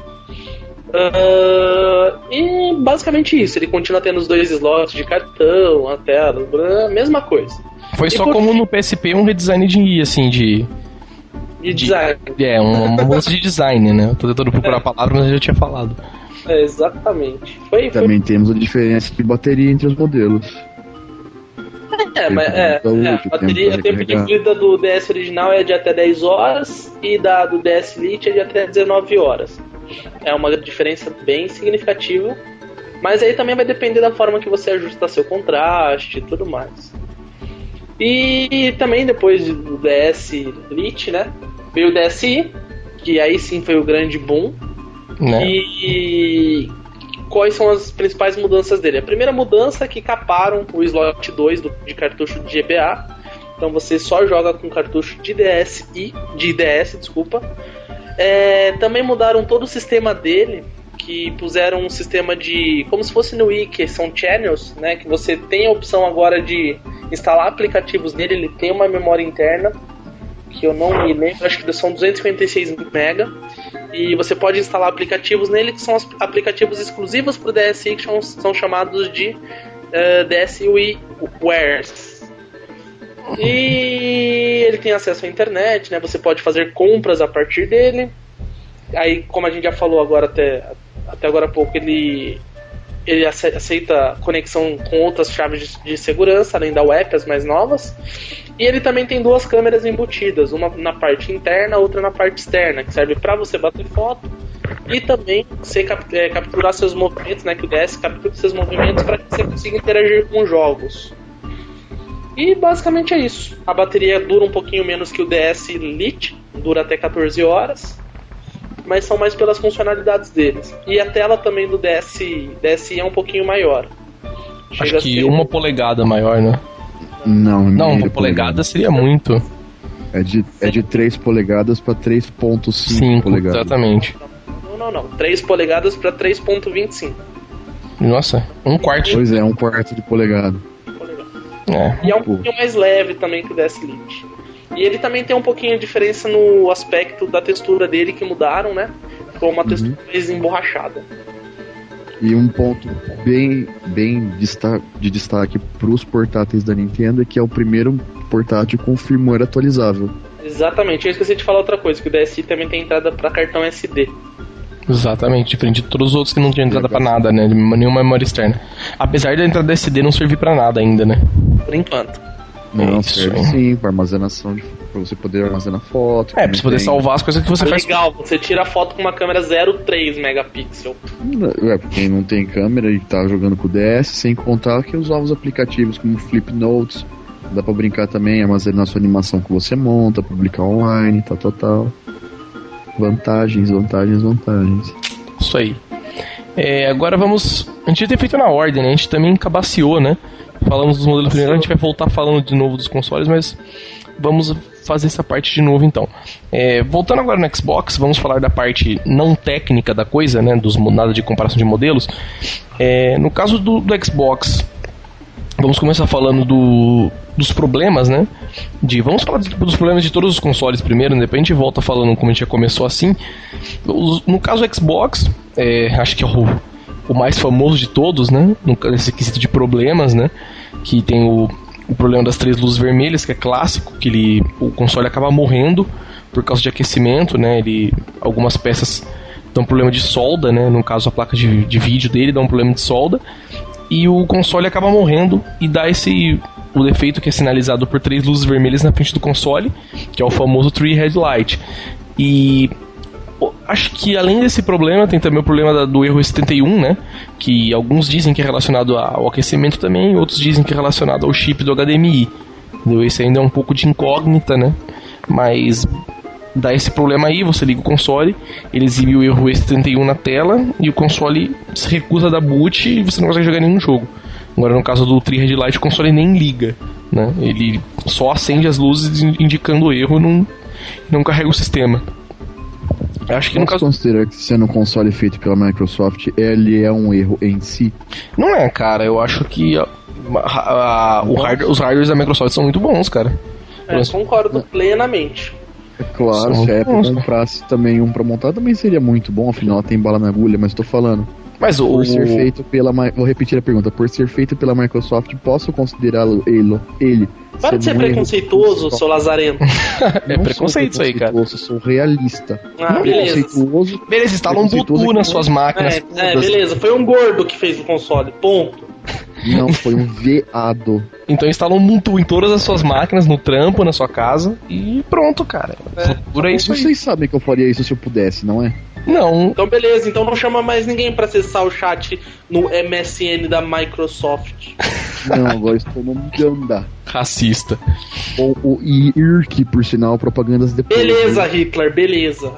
Uh, e basicamente isso, ele continua tendo os dois slots de cartão, a tela, a mesma coisa. Foi e só por... como no P S P um redesign de, assim, de... De design. De, é, uma, uma mudança de design, né? Eu tô tentando procurar a palavra, mas eu já tinha falado. É, exatamente. Foi, Também foi... temos a diferença de bateria entre os modelos. É, mas é, é, a bateria, o tempo de vida do D S original é de até dez horas e da do D S Lite é de até dezenove horas. É uma diferença bem significativa, mas aí também vai depender da forma que você ajusta seu contraste e tudo mais. E também depois do D S Lite, né, veio o D S I, que aí sim foi o grande boom. Né? E quais são as principais mudanças dele? A primeira mudança é que caparam o slot dois do, de cartucho de G B A. Então você só joga com cartucho de D S I, de D S, desculpa. É, também mudaram todo o sistema dele, que puseram um sistema de, como se fosse no Wii, que são channels, né? Que você tem a opção agora de instalar aplicativos nele. Ele tem uma memória interna, que eu não me lembro, acho que são duzentos e cinquenta e seis mega. E você pode instalar aplicativos nele que são os aplicativos exclusivos para o D S I, que são, são chamados de uh, D S I Wares. E ele tem acesso à internet, né? Você pode fazer compras a partir dele. Aí, como a gente já falou agora até, até agora há pouco, ele, ele aceita conexão com outras chaves de, de segurança, além da web, as mais novas. E ele também tem duas câmeras embutidas, uma na parte interna, outra na parte externa, que serve para você bater foto e também você cap é, capturar seus movimentos, né, que o D S captura seus movimentos para que você consiga interagir com jogos. E basicamente é isso. A bateria dura um pouquinho menos que o D S Lite, dura até quatorze horas, mas são mais pelas funcionalidades deles. E a tela também do D S, D S I é um pouquinho maior. Chega Acho que uma polegada maior, né? Não, não, uma polegada seria muito. É de, é de três polegadas para três ponto cinco polegadas. Exatamente. Não, não, não. três polegadas para três ponto vinte e cinco. Nossa, um quarto. Pois é, um quarto de polegada. É. E é um pouquinho mais leve também que o D S Lite. E ele também tem um pouquinho de diferença no aspecto da textura dele, que mudaram, né? Ficou uma textura uhum. mais emborrachada. E um ponto bem, bem de destaque para os portáteis da Nintendo é que é o primeiro portátil com firmware atualizável. Exatamente, eu esqueci de falar outra coisa, que o D S I também tem entrada para cartão S D. Exatamente, diferente de todos os outros que não tinham entrada pra nada, né? Nenhuma memória externa. Apesar da entrada S D não servir pra nada ainda, né? Por enquanto. Não, Isso, serve sim, pra armazenação, de, pra você poder armazenar foto. É, pra você poder tem... salvar as coisas que você é faz. Legal, você tira a foto com uma câmera zero vírgula três megapixel. É, pra quem não tem câmera e tá jogando com o D S, sem contar que os novos aplicativos como Flip Notes, dá pra brincar também, armazenar sua animação que você monta, publicar online, tal, tal, tal. Vantagens, vantagens, vantagens. Isso aí. É, agora vamos... A gente ia ter feito na ordem, né? A gente também cabaciou, né? Falamos dos modelos primeiro, a gente vai voltar falando de novo dos consoles, mas... vamos fazer essa parte de novo então. É, voltando agora no Xbox, vamos falar da parte não técnica da coisa, né, dos, nada de comparação de modelos. É, no caso do, do Xbox, vamos começar falando do, dos problemas, né? De, vamos falar dos problemas de todos os consoles primeiro, né? Depois a gente volta falando como a gente já começou assim. No caso do Xbox, é, acho que é o, o mais famoso de todos, né? Nesse quesito de problemas, né? Que tem o, o problema das três luzes vermelhas, que é clássico, que ele, o console acaba morrendo por causa de aquecimento, né? Ele, algumas peças dão problema de solda, né? No caso a placa de, de vídeo dele dá um problema de solda. E o console acaba morrendo e dá esse o defeito que é sinalizado por três luzes vermelhas na frente do console, que é o famoso Tree Headlight. E acho que além desse problema tem também o problema da, do erro setenta e um, né? Que alguns dizem que é relacionado ao aquecimento também, outros dizem que é relacionado ao chip do H D M I. Entendeu? Esse ainda é um pouco de incógnita, né? Mas dá esse problema aí, você liga o console, ele exibe o erro E setenta e um na tela e o console se recusa a dar boot e você não consegue jogar nenhum jogo. Agora no caso do Tree Headlight o console nem liga, né? Ele só acende as luzes indicando o erro e não, não carrega o sistema. Acho que no caso... considera que sendo um console feito pela Microsoft, ele é um erro em si? Não é, cara, eu acho que a, a, a, o hard, os hardwares da Microsoft são muito bons, cara. É, concordo plenamente. É claro, se a Apple comprasse também um pra montar, também seria muito bom, afinal tem bala na agulha, mas tô falando. Mas o... Por ser feito pela... Vou repetir a pergunta. Por ser feito pela Microsoft, posso considerá-lo ele... ele Para de ser preconceituoso, seu lazarento. É preconceito isso aí, cara. Eu sou realista. Ah, não beleza. Beleza, instala um Bluetooth nas suas máquinas. É, é, beleza. Foi um gordo que fez o console. Ponto. Não, foi um veado. Então instala um Ubuntu em todas as suas máquinas, no trampo, na sua casa e pronto, cara. É. Por aí isso aí. Vocês sabem que eu faria isso se eu pudesse, não é? Não. Então beleza, então não chama mais ninguém pra acessar o chat no M S N da Microsoft. Não, agora estou no Ganda. Racista. Ou o I R C, por sinal, propagandas depois. Beleza, Hitler, beleza.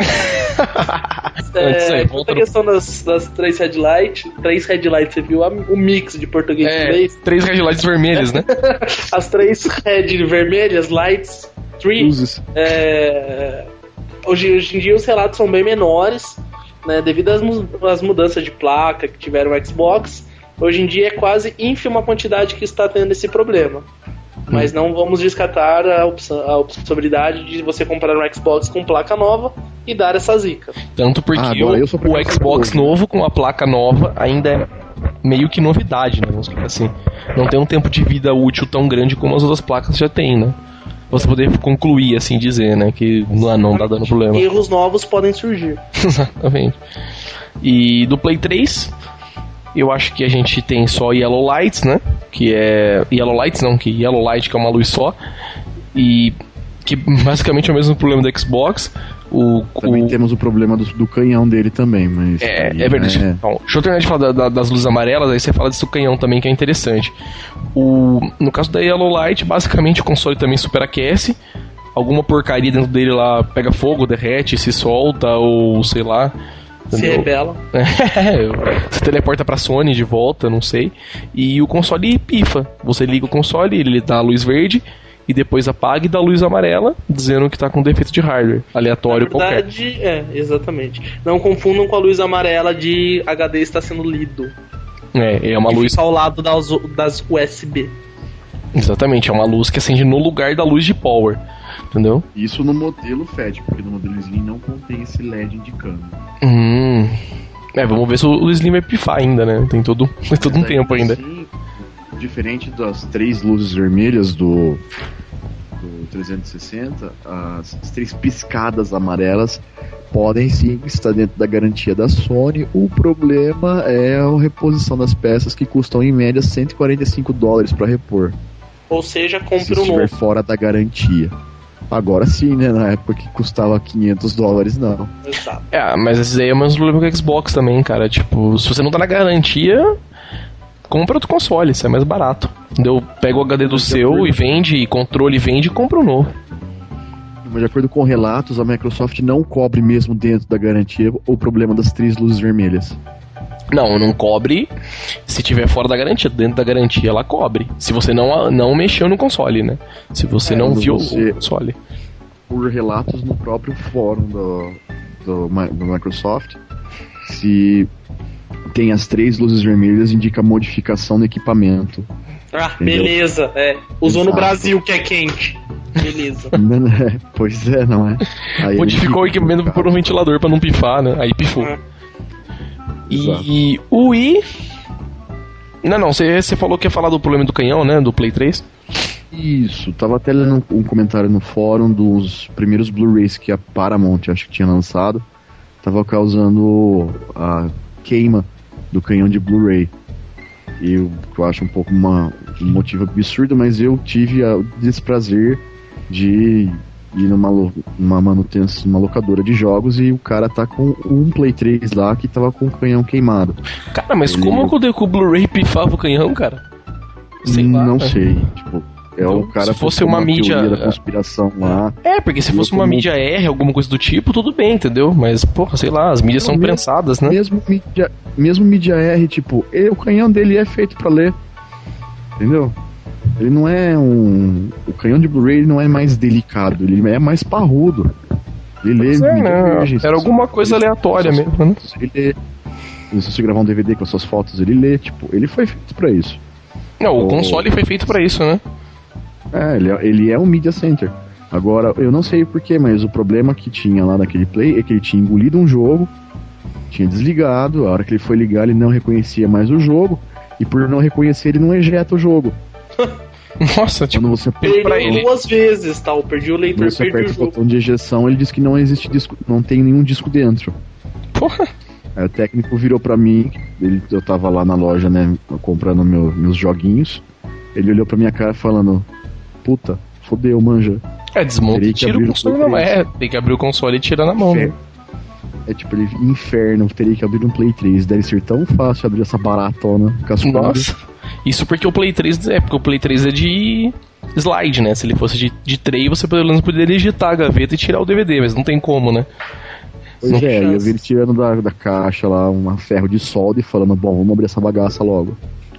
É, quanto a questão das, das três headlights, três headlights, você viu o mix de português e é, inglês? Três headlights vermelhas, né? As três head vermelhas, lights, three. Luzes. É, hoje, hoje em dia os relatos são bem menores, né, devido às, às mudanças de placa que tiveram o Xbox. Hoje em dia é quase ínfima a quantidade que está tendo esse problema. Mas não vamos descartar a, opção, a possibilidade de você comprar um Xbox com placa nova e dar essa zica. Tanto porque ah, o, o Xbox novo com a placa nova ainda é meio que novidade, né? Vamos dizer assim. Não tem um tempo de vida útil tão grande como as outras placas já tem, né? Você poder concluir, assim dizer, né? Que não, não tá dando problema. Erros novos podem surgir. Exatamente. E do Play três... eu acho que a gente tem só Yellow Lights, né? Que é... Yellow Lights não, que Yellow Light que é uma luz só. E... que basicamente é o mesmo problema do Xbox. O, também o... temos o problema do, do canhão dele também, mas... É, é verdade. É... Então, deixa eu terminar de falar da, da, das luzes amarelas, aí você fala desse do canhão também, que é interessante. O... No caso da Yellow Light, basicamente o console também superaquece. Alguma porcaria dentro dele lá pega fogo, derrete, se solta, ou sei lá... Se rebela. É, se teleporta pra Sony de volta, não sei. E o console pifa. Você liga o console, ele dá a luz verde e depois apaga e dá a luz amarela, dizendo que tá com defeito de hardware. Aleatório Na verdade, qualquer. É, exatamente. Não confundam com a luz amarela de H D está sendo lido. É, é uma luz ao lado das, das U S B. Exatamente, é uma luz que acende no lugar da luz de power. Entendeu? Isso no modelo F E D, porque no modelo Slim não contém esse L E D indicando. Hum. É, vamos ver se o Slim vai pifar ainda, né? Tem todo, tem todo um tempo ainda. Assim, diferente das três luzes vermelhas do, do trezentos e sessenta, as, as três piscadas amarelas podem sim estar dentro da garantia da Sony. O problema é a reposição das peças, que custam em média cento e quarenta e cinco dólares para repor. Ou seja, compre se um novo. estiver fora da garantia. Agora sim, né? Na época que custava quinhentos dólares, não. Exato. É, mas esse aí é o mesmo problema com o Xbox também, cara. Tipo, se você não tá na garantia, compra outro console, isso é mais barato. Entendeu? Pega o H D do seu e vende, e controle vende e compra um novo. Mas de acordo com relatos, a Microsoft não cobre mesmo dentro da garantia o problema das três luzes vermelhas. Não, não cobre se tiver fora da garantia. Dentro da garantia ela cobre. Se você não, não mexeu no console, né? Se você é, não viu você, o console. Por relatos no próprio fórum do, do, do Microsoft, se tem as três luzes vermelhas, indica modificação no equipamento. Ah, entendeu? Beleza. É. Usou Exato. No Brasil, que é quente. Beleza. É, pois é, não é? Aí modificou o equipamento por um ventilador pra não pifar, né? Aí pifou. Ah. E Exato. O Wii... Não, não, você falou que ia falar do problema do canhão, né? Do Play três. Isso, tava até lendo um comentário no fórum dos primeiros Blu-rays que a Paramount, acho que tinha lançado. Tava causando a queima do canhão de Blu-ray. E eu, eu acho um pouco uma, um motivo absurdo, mas eu tive o desprazer de ir numa, numa manutenção, numa locadora de jogos, e o cara tá com um Play três lá que tava com o canhão queimado. Cara, mas Ele... como que o Blu-ray pifava o canhão, cara? Sei lá, não cara. sei, tipo... É então, o cara se fosse uma, uma mídia da conspiração lá. É, porque se fosse uma como... mídia R, alguma coisa do tipo, tudo bem, entendeu? Mas, porra, sei lá, as mídias não, são mesmo, prensadas, né? Mesmo mídia, mesmo mídia R, tipo, ele, o canhão dele é feito pra ler. Entendeu? Ele não é um... O canhão de Blu-ray não é mais delicado, ele é mais parrudo. Ele lê é, né? Virgem, era alguma coisa aleatória mesmo, né? Ele lê. Se você gravar um D V D com as suas fotos, ele lê, tipo, ele foi feito pra isso. Não, o, o... console foi feito pra isso, né? É, ele é, ele é um Media Center. Agora, eu não sei porquê, mas o problema que tinha lá naquele Play é que ele tinha engolido um jogo, tinha desligado, a hora que ele foi ligar ele não reconhecia mais o jogo, e por não reconhecer ele não ejeta o jogo. Nossa, tipo, quando você perdeu pra ele duas vezes, tá? Eu perdi o leitor, quando você aperta o, o botão de ejeção, ele diz que não existe disco, não tem nenhum disco dentro. Porra! Aí o técnico virou pra mim, ele, eu tava lá na loja, né, comprando meu, meus joguinhos, ele olhou pra minha cara falando... Puta, fodeu, manja. É, desmonta e tira o console na mão. É, tem que abrir o console e tirar na mão. Né? É tipo, ele, inferno, teria que abrir um Play três. Deve ser tão fácil abrir essa baratona. Nossa, isso porque o Play três é, porque o Play três é de slide, né? Se ele fosse de, de tray, você pelo menos poderia digitar a gaveta e tirar o D V D, mas não tem como, né? Pois não é, eu vi ele tirando da, da caixa lá um ferro de solda e falando, bom, vamos abrir essa bagaça logo.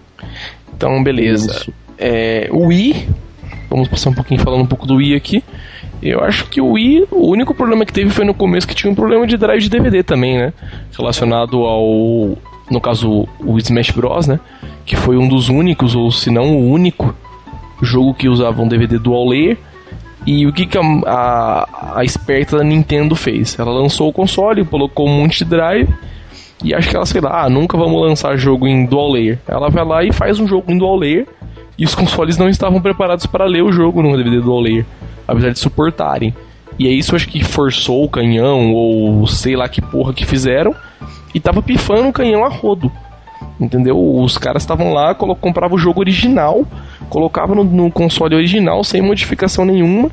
Então, beleza. É, o Wii... Vamos passar um pouquinho falando um pouco do Wii aqui. Eu acho que o Wii, o único problema que teve foi no começo que tinha um problema de drive de D V D também, né? Relacionado ao, no caso, o Smash Bros, né? Que foi um dos únicos, ou se não o único, jogo que usava um D V D dual layer. E o que, que a, a, a esperta da Nintendo fez? Ela lançou o console, colocou um monte de drive, e acho que ela, sei lá, ah, nunca vamos lançar jogo em dual layer. Ela vai lá e faz um jogo em dual layer, e os consoles não estavam preparados para ler o jogo no D V D dual layer, apesar de suportarem. E aí isso acho que forçou o canhão, ou sei lá que porra que fizeram, e tava pifando o canhão a rodo. Entendeu? Os caras estavam lá, compravam o jogo original, colocavam no, no console original sem modificação nenhuma,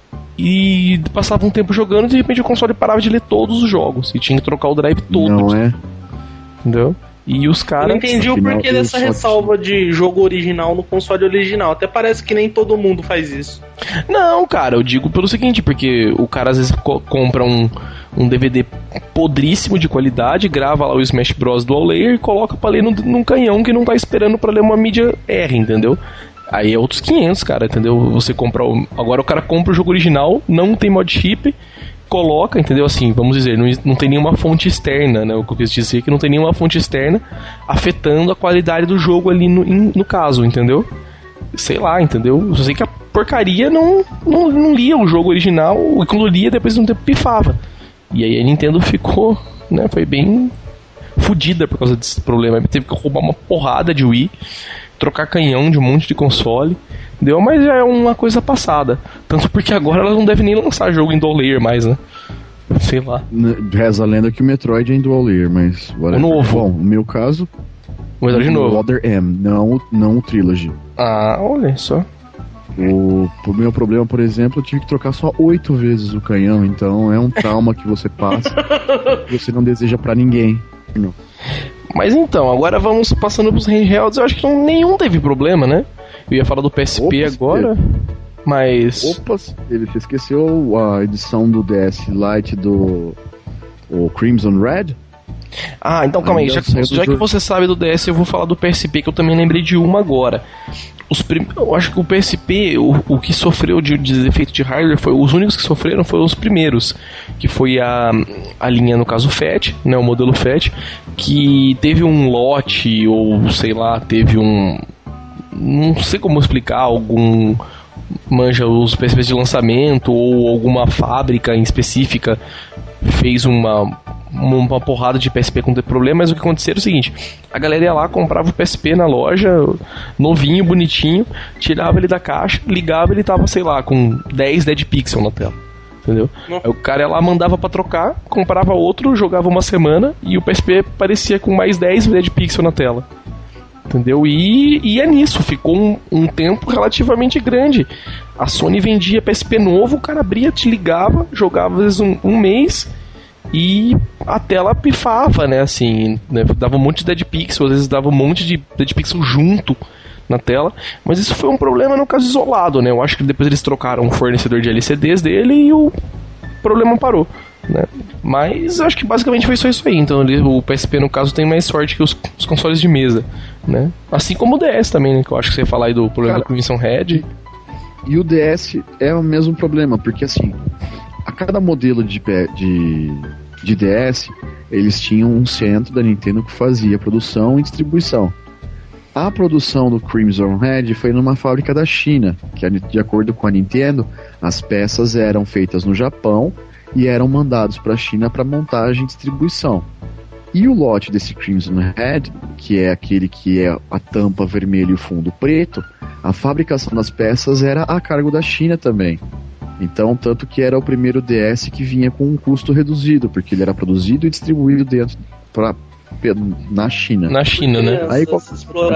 e passavam um tempo jogando e de repente o console parava de ler todos os jogos e tinha que trocar o drive todo. Não é? Entendeu? E os caras... Eu entendi o porquê dessa ressalva de jogo original no console original. Até parece que nem todo mundo faz isso. Não, cara, eu digo pelo seguinte, porque o cara às vezes co- compra um, um D V D podríssimo de qualidade, grava lá o Smash Bros. Dual Layer e coloca pra ler no, num canhão que não tá esperando pra ler uma mídia R, entendeu? Aí é outros quinhentos, cara, entendeu? Você compra o... Agora o cara compra o jogo original, não tem mod chip, coloca, entendeu? Assim, vamos dizer, não, não tem nenhuma fonte externa, né? O que eu quis dizer é que não tem nenhuma fonte externa afetando a qualidade do jogo ali no, in, no caso, entendeu? Sei lá, entendeu? Eu sei que a porcaria não, não, não lia o jogo original, e quando lia, depois de um tempo pifava. E aí a Nintendo ficou, né? Foi bem fodida por causa desse problema. Teve que roubar uma porrada de Wii, trocar canhão de um monte de console. Deu, mas já é uma coisa passada. Tanto porque agora elas não devem nem lançar jogo em dual layer mais, né? Sei lá. Reza a lenda que o Metroid é em dual layer, mas... O novo. Bom, no meu caso... O Metroid novo. O Other M, não, não o Trilogy. Ah, olha só. O, o meu problema, por exemplo, eu tive que trocar só oito vezes o canhão, então é um trauma que você passa que você não deseja pra ninguém. Não. Mas então, agora vamos passando pros handhelds. Eu acho que não, nenhum teve problema, né? Eu ia falar do P S P Opa, agora, mas... Opa, ele esqueceu a edição do D S Lite do o Crimson Red? Ah, então calma aí, já, já que você sabe do D S, eu vou falar do P S P, que eu também lembrei de uma agora. Os prim... Eu acho que o P S P, o, o que sofreu de, de defeito de hardware, foi, os únicos que sofreram foram os primeiros, que foi a, a linha, no caso, F A T, né, o modelo F A T, que teve um lote, ou sei lá, teve um... não sei como explicar, algum... manja os P S Ps de lançamento, ou alguma fábrica em específica fez uma... uma porrada de P S P com problema, mas o que acontecia era o seguinte: a galera ia lá, comprava o P S P na loja, novinho, bonitinho, tirava ele da caixa, ligava, ele tava, sei lá, com dez dead pixel na tela, entendeu? Aí o cara ia lá, mandava pra trocar, comprava outro, jogava uma semana e o P S P parecia com mais dez dead pixel na tela, entendeu? E, e é nisso, ficou um, um tempo relativamente grande. A Sony vendia P S P novo, o cara abria, te ligava, jogava às vezes um, um mês e a tela pifava, né, assim, né, dava um monte de dead pixel, às vezes dava um monte de dead pixel junto na tela, mas isso foi um problema no caso isolado, né, eu acho que depois eles trocaram o fornecedor de L C Ds dele e o problema parou, né, mas acho que basicamente foi só isso aí. Então ele, o P S P no caso tem mais sorte que os, os consoles de mesa, né, assim como o D S também, né, que eu acho que você ia falar aí do problema da Crimson Head. E o D S é o mesmo problema, porque assim, a cada modelo de, de, de D S, eles tinham um centro da Nintendo que fazia produção e distribuição. A produção do Crimson Head foi numa fábrica da China, que de acordo com a Nintendo, as peças eram feitas no Japão e eram mandados para a China para montagem e distribuição. E o lote desse Crimson Head, que é aquele que é a tampa vermelha e o fundo preto, a fabricação das peças era a cargo da China também. Então, tanto que era o primeiro D S que vinha com um custo reduzido, porque ele era produzido e distribuído dentro pra, na China. Na China, né? Aí, qual...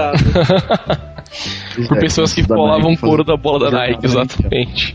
Por pessoas que colavam couro da bola da Nike, exatamente.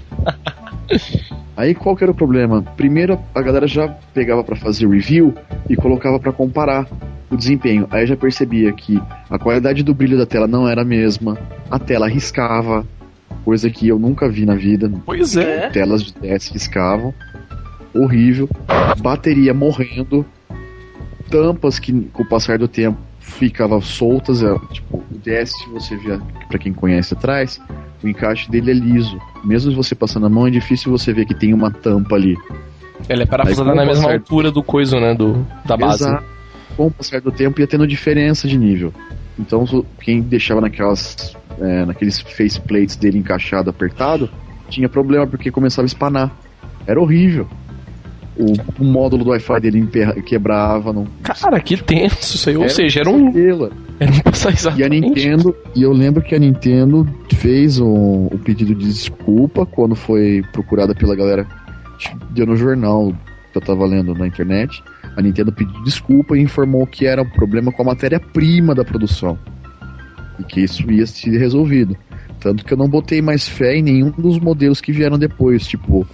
Aí qual que era o problema? Primeiro a galera já pegava pra fazer review e colocava pra comparar o desempenho. Aí já percebia que a qualidade do brilho da tela não era a mesma, a tela riscava, coisa que eu nunca vi na vida. Pois é. Telas de D S riscavam, horrível. Bateria morrendo, tampas que com o passar do tempo ficavam soltas. É, tipo, o D S, se você ver, pra quem conhece atrás, o encaixe dele é liso. Mesmo você passando a mão, é difícil você ver que tem uma tampa ali. Ela é parafusada na mesma altura do coisa, né? Do, da base. Exato. Com o passar do tempo ia tendo diferença de nível. Então quem deixava naquelas é, naqueles faceplates dele encaixado, apertado, tinha problema porque começava a espanar. Era horrível. O, o módulo do Wi-Fi dele emperra, quebrava. Não... Cara, que tenso isso aí. Ou era seja, era um... Era um e a Nintendo, e eu lembro que a Nintendo fez um, um pedido de desculpa quando foi procurada pela galera. Deu no jornal que eu tava lendo na internet. A Nintendo pediu desculpa e informou que era um problema com a matéria-prima da produção e que isso ia ser resolvido. Tanto que eu não botei mais fé em nenhum dos modelos que vieram depois, tipo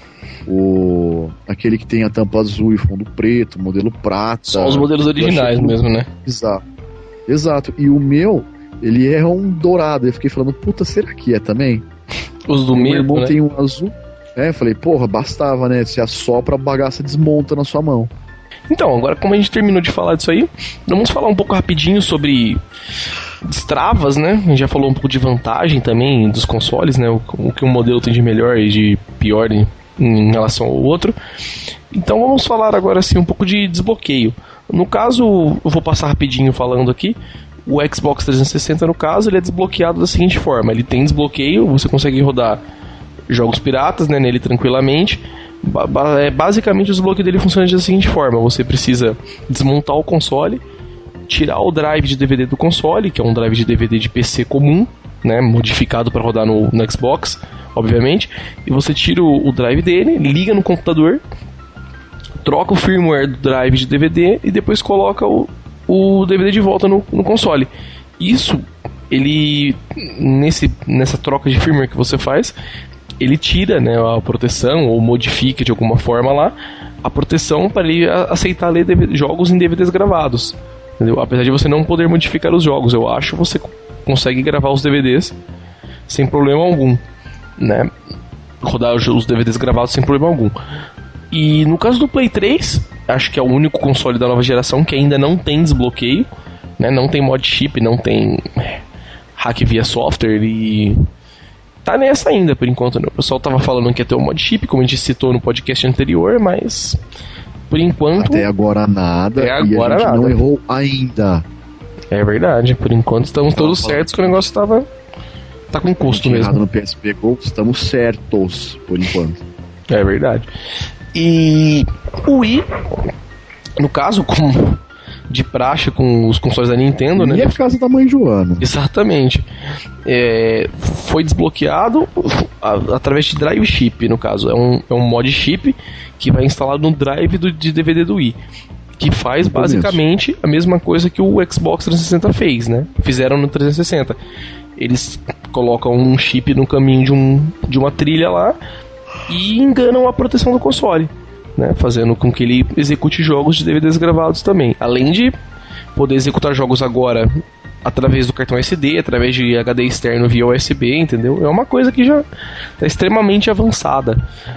o aquele que tem a tampa azul e fundo preto, modelo prata. Só os modelos originais mesmo, né? Exato. Exato. E o meu, ele é um dourado. Eu fiquei falando, puta, será que é também? Os do meu mesmo, irmão né? tem um azul. É, eu falei, porra, bastava, né? Se assopra, a bagaça desmonta na sua mão. Então, agora como a gente terminou de falar disso aí, vamos falar um pouco rapidinho sobre destravas, né? A gente já falou um pouco de vantagem também dos consoles, né? O, o que um modelo tem de melhor e de pior em, em relação ao outro. Então vamos falar agora assim um pouco de desbloqueio. No caso, eu vou passar rapidinho falando aqui. O Xbox trezentos e sessenta, no caso, ele é desbloqueado da seguinte forma: ele tem desbloqueio, você consegue rodar jogos piratas, né, nele tranquilamente. Ba- basicamente o desbloqueio dele funciona da seguinte forma: você precisa desmontar o console, tirar o drive de D V D do console, que é um drive de D V D de P C comum, né, modificado para rodar no, no Xbox, obviamente, e você tira o, o drive dele, liga no computador, troca o firmware do drive de D V D e depois coloca o, o D V D de volta no, no console. Isso, ele nesse, nessa troca de firmware que você faz, ele tira, né, a proteção ou modifica de alguma forma lá a proteção para ele aceitar ler D V D, jogos em D V Ds gravados, entendeu? Apesar de você não poder modificar os jogos, eu acho que você consegue gravar os D V Ds sem problema algum, né? Rodar os D V Ds gravados sem problema algum. E no caso do Play três, acho que é o único console da nova geração que ainda não tem desbloqueio, né? Não tem mod chip, não tem hack via software e tá nessa ainda por enquanto, né? O pessoal tava falando que ia ter o mod chip, como a gente citou no podcast anterior, mas por enquanto... Até agora nada, até agora e a gente nada. não errou ainda. É verdade, por enquanto estamos todos certos que o negócio tava... tá com custo mesmo. Errado no P S P Go, estamos certos, por enquanto. É verdade. E o Wii, no caso, como de praxe com os consoles da Nintendo, né? E a casa da mãe Joana. Exatamente. É, foi desbloqueado a, através de drive chip, no caso. É um, é um mod chip que vai instalado no drive do, de D V D do Wii. Que faz No basicamente a mesma coisa que o Xbox trezentos e sessenta fez, né? Fizeram no trezentos e sessenta. Eles colocam um chip no caminho de, um, de uma trilha lá e enganam a proteção do console, né? Fazendo com que ele execute jogos de D V Ds gravados também. Além de poder executar jogos agora através do cartão S D, através de H D externo via U S B, entendeu? É uma coisa que já está extremamente avançada,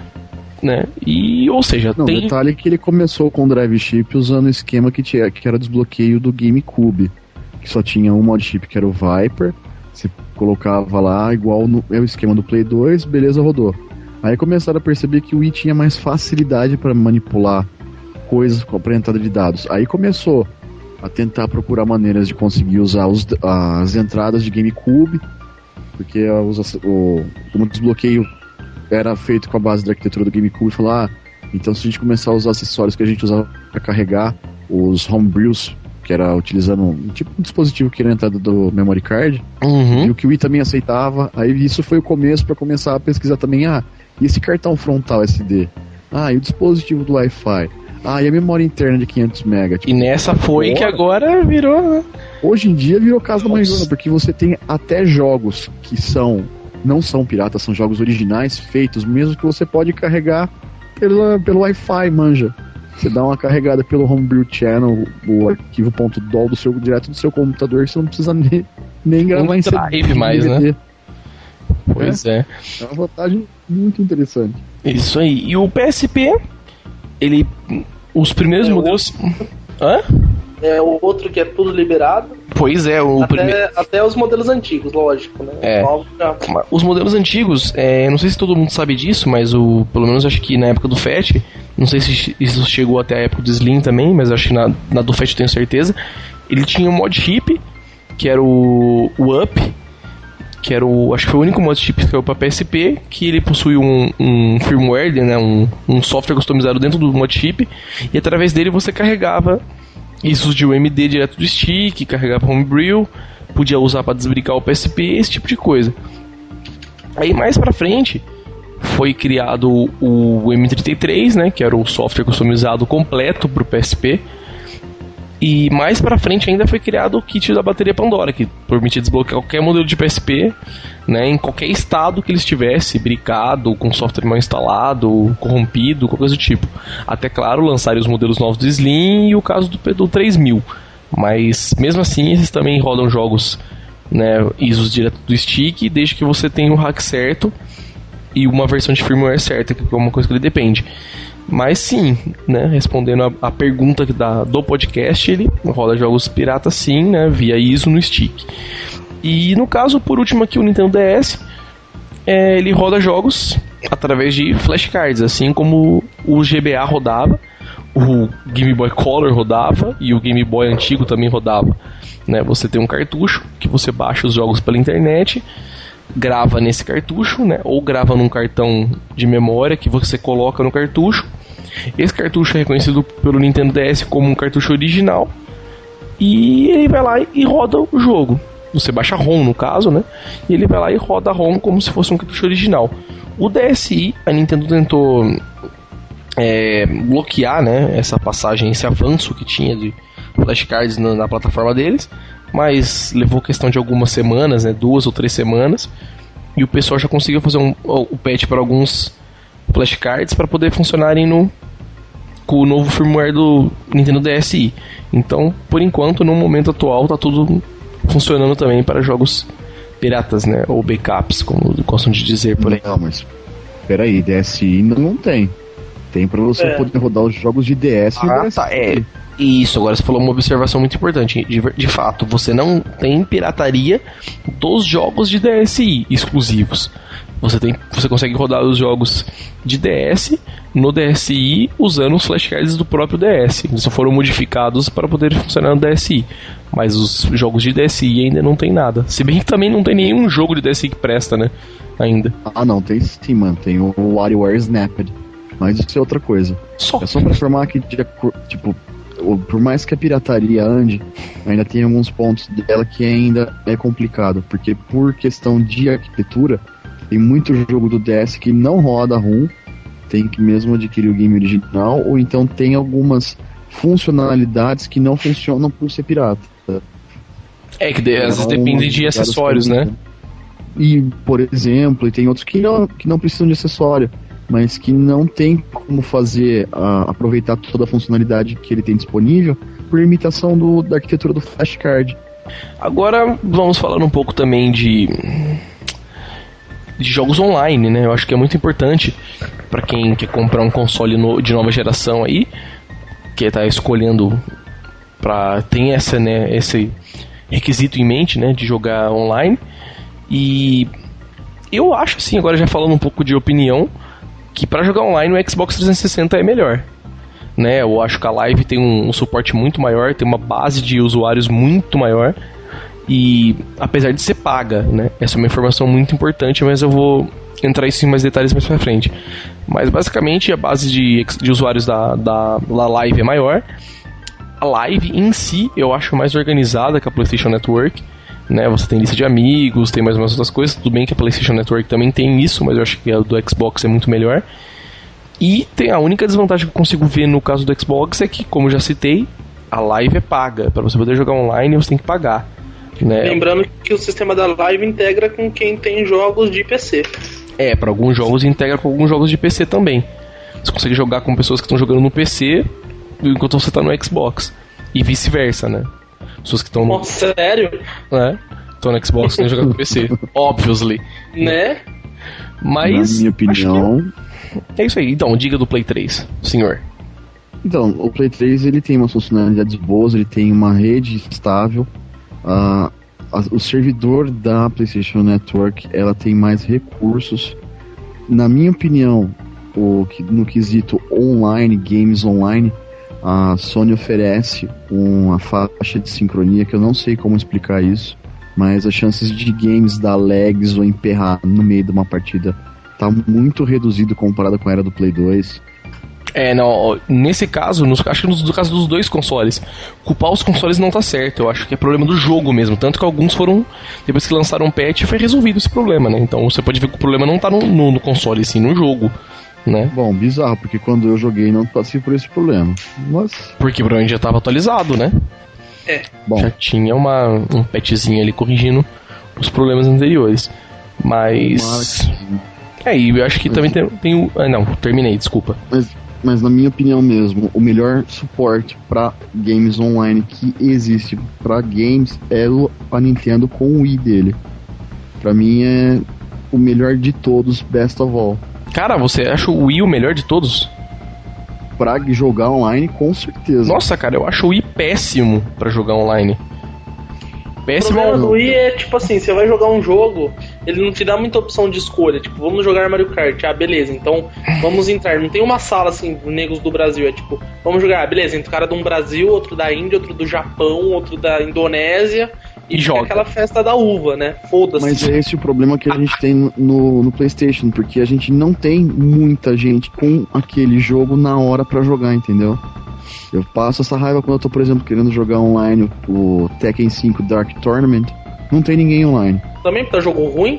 né? E, ou seja, Não, tem... detalhe é que ele começou com o drive chip usando o esquema que, tinha, que era desbloqueio do GameCube, que só tinha um mod chip que era o Viper. Você colocava lá igual no é o esquema do Play dois, beleza, rodou. Aí começaram a perceber que o Wii tinha mais facilidade para manipular coisas para entrada de dados. Aí começou a tentar procurar maneiras de conseguir usar os, as entradas de GameCube, porque os, o, como o desbloqueio era feito com a base da arquitetura do GameCube, falar, ah, então se a gente começar a usar acessórios que a gente usava para carregar os homebrews, que era utilizando um tipo de dispositivo que era a entrada do memory card, Uhum. viu que o Wii também aceitava. Aí isso foi o começo para começar a pesquisar também, ah, e esse cartão frontal S D? Ah, e o dispositivo do Wi-Fi? Ah, e a memória interna de quinhentos megas? Tipo, E nessa foi que agora virou, né? hoje em dia virou casa da mãe Joana, porque você tem até jogos que são não são piratas, são jogos originais feitos, mesmo que você pode carregar pela, pelo Wi-Fi, manja. Você dá uma carregada pelo Homebrew Channel, o arquivo .dol do seu, direto do seu computador, você não precisa nem, nem gravar Um em drive mais, né? Pois é. É uma vantagem muito interessante. Isso aí. E o P S P, ele... Os primeiros É, modelos... Hã? É o outro que é tudo liberado. Pois é, o Até, primeiro... até os modelos antigos, lógico, né? É. Novos já- Os modelos antigos, é, não sei se todo mundo sabe disso, mas o, pelo menos acho que na época do Fat, não sei se isso chegou até a época do Slim também, mas acho que na, na do Fat eu tenho certeza, ele tinha um mod chip, que era o, o Up, que era o, acho que foi o único mod chip que saiu para P S P, que ele possui um, um firmware, né, um, um software customizado dentro do mod chip, e através dele você carregava isso de U M D direto do stick, carregava Homebrew, podia usar para desbricar o P S P, esse tipo de coisa. Aí mais pra frente foi criado o M trinta e três, né, que era o software customizado completo pro P S P. E mais pra frente ainda foi criado o kit da bateria Pandora, que permitia desbloquear qualquer modelo de P S P, né, em qualquer estado que ele estivesse, bricado, com software mal instalado, corrompido, qualquer coisa do tipo. Até, claro, lançarem os modelos novos do Slim e o caso do, do três mil. Mas, mesmo assim, esses também rodam jogos, né, I S Os direto do stick, desde que você tenha o hack certo e uma versão de firmware certa, que é uma coisa que ele depende. Mas sim, né, respondendo a, a pergunta da, do podcast, ele roda jogos piratas sim, né, via I S O no stick. E no caso, por último aqui, o Nintendo D S, é, ele roda jogos através de flashcards, assim como o G B A rodava, o Game Boy Color rodava e o Game Boy antigo também rodava, né? Você tem um cartucho que você baixa os jogos pela internet, grava nesse cartucho, né? Ou grava num cartão de memória que você coloca no cartucho. Esse cartucho é reconhecido pelo Nintendo D S como um cartucho original e ele vai lá e roda o jogo. Você baixa a ROM no caso, né? E ele vai lá e roda a ROM como se fosse um cartucho original. O D S i, a Nintendo tentou é, bloquear, né, essa passagem, esse avanço que tinha de flashcards na, na plataforma deles, mas levou questão de algumas semanas, né, duas ou três semanas, e o pessoal já conseguiu fazer um, o patch para alguns flashcards para poder funcionarem no, com o novo firmware do Nintendo D S i. Então, por enquanto, no momento atual, tá tudo funcionando também para jogos piratas, né, ou backups, como gostam de dizer por aí. Não, mas peraí, D S i não, não tem. Tem pra você é. poder rodar os jogos de D S ah, e D S. Tá, é. Isso, agora você falou uma observação muito importante. De, de fato, você não tem pirataria dos jogos de D S I exclusivos. Você, tem, você consegue rodar os jogos de D S no D S I usando os flashcards do próprio D S. Eles só foram modificados para poder funcionar no D S I. Mas os jogos de D S I ainda não tem nada. Se bem que também não tem nenhum jogo de D S I que presta, né? Ainda. Ah, não, tem sim, mano. Tem o WarioWare Snapped. Mas isso é outra coisa. Só. É só pra informar que, tipo, por mais que a pirataria ande, ainda tem alguns pontos dela que ainda é complicado. Porque por questão de arquitetura, tem muito jogo do D S que não roda ROM, tem que mesmo adquirir o game original, ou então tem algumas funcionalidades que não funcionam por ser pirata. É, que de, às vezes depende de acessórios, né? E, por exemplo, e tem outros que não, que não precisam de acessório, mas que não tem como fazer, uh, aproveitar toda a funcionalidade que ele tem disponível por limitação do, da arquitetura do flashcard. Agora vamos falar um pouco também de... de jogos online, né? Eu acho que é muito importante para quem quer comprar um console no, de nova geração aí, que tá escolhendo para tem essa, né, esse requisito em mente, né, de jogar online. E eu acho assim, agora já falando um pouco de opinião, que para jogar online o Xbox trezentos e sessenta é melhor, né? Eu acho que a Live tem um, um suporte muito maior, tem uma base de usuários muito maior. E apesar de ser paga, né? Essa é uma informação muito importante, mas eu vou entrar isso em mais detalhes mais pra frente. Mas basicamente a base de, de usuários da, da, da Live é maior. A Live em si eu acho mais organizada que a PlayStation Network, né? Você tem lista de amigos, tem mais umas outras coisas. Tudo bem que a PlayStation Network também tem isso, mas eu acho que a do Xbox é muito melhor. E tem a única desvantagem que eu consigo ver no caso do Xbox é que, como eu já citei, a Live é paga. Para você poder jogar online você tem que pagar. Né? Lembrando que o sistema da Live integra com quem tem jogos de P C. É, para alguns jogos integra com alguns jogos de P C também. Você consegue jogar com pessoas que estão jogando no P C enquanto você está no Xbox. E vice-versa, né? Pessoas que estão no... Nossa, sério? Né? Estão no Xbox e jogando no P C. Obviously. Né? Mas... Na minha opinião... É isso aí. Então, diga do Play três, senhor. Então, o Play três ele tem umas funcionalidades boas, ele tem uma rede estável. Uh, a, o servidor da PlayStation Network ela tem mais recursos. Na minha opinião, o, no quesito online, games online, a Sony oferece uma faixa de sincronia que eu não sei como explicar isso, mas as chances de games dar lags ou emperrar no meio de uma partida tá muito reduzido comparado com a era do Play dois. É, não, nesse caso, nos, acho que no, no caso dos dois consoles, culpar os consoles não tá certo, eu acho que é problema do jogo mesmo, tanto que alguns foram, depois que lançaram um patch, foi resolvido esse problema, né, então você pode ver que o problema não tá no, no, no console, sim, no jogo, né. Bom, bizarro, porque quando eu joguei não passei por esse problema, mas... Porque provavelmente já tava atualizado, né. É. Bom. Já tinha uma, um patchzinho ali corrigindo os problemas anteriores, mas... É, e eu acho que mas... também tem, tem o... Ah, não, terminei, desculpa. Mas... Mas na minha opinião mesmo, o melhor suporte para games online que existe para games é a Nintendo com o Wii dele. Para mim é o melhor de todos, best of all. Cara, você acha o Wii o melhor de todos? Pra jogar online, com certeza. Nossa, cara, eu acho o Wii péssimo para jogar online. Péssimo. O problema do Wii é tipo assim, você vai jogar um jogo, ele não te dá muita opção de escolha. Tipo, vamos jogar Mario Kart, ah, beleza, então vamos entrar. Não tem uma sala assim, negros do Brasil, é tipo, vamos jogar, ah, beleza, entra um cara de um Brasil, outro da Índia, outro do Japão, outro da Indonésia. E, e joga aquela festa da uva, né? Foda-se. Mas é esse o problema que a gente tem no, no PlayStation, porque a gente não tem muita gente com aquele jogo na hora pra jogar, entendeu? Eu passo essa raiva quando eu tô, por exemplo, querendo jogar online o Tekken cinco Dark Tournament. Não tem ninguém online. Também tá jogo ruim?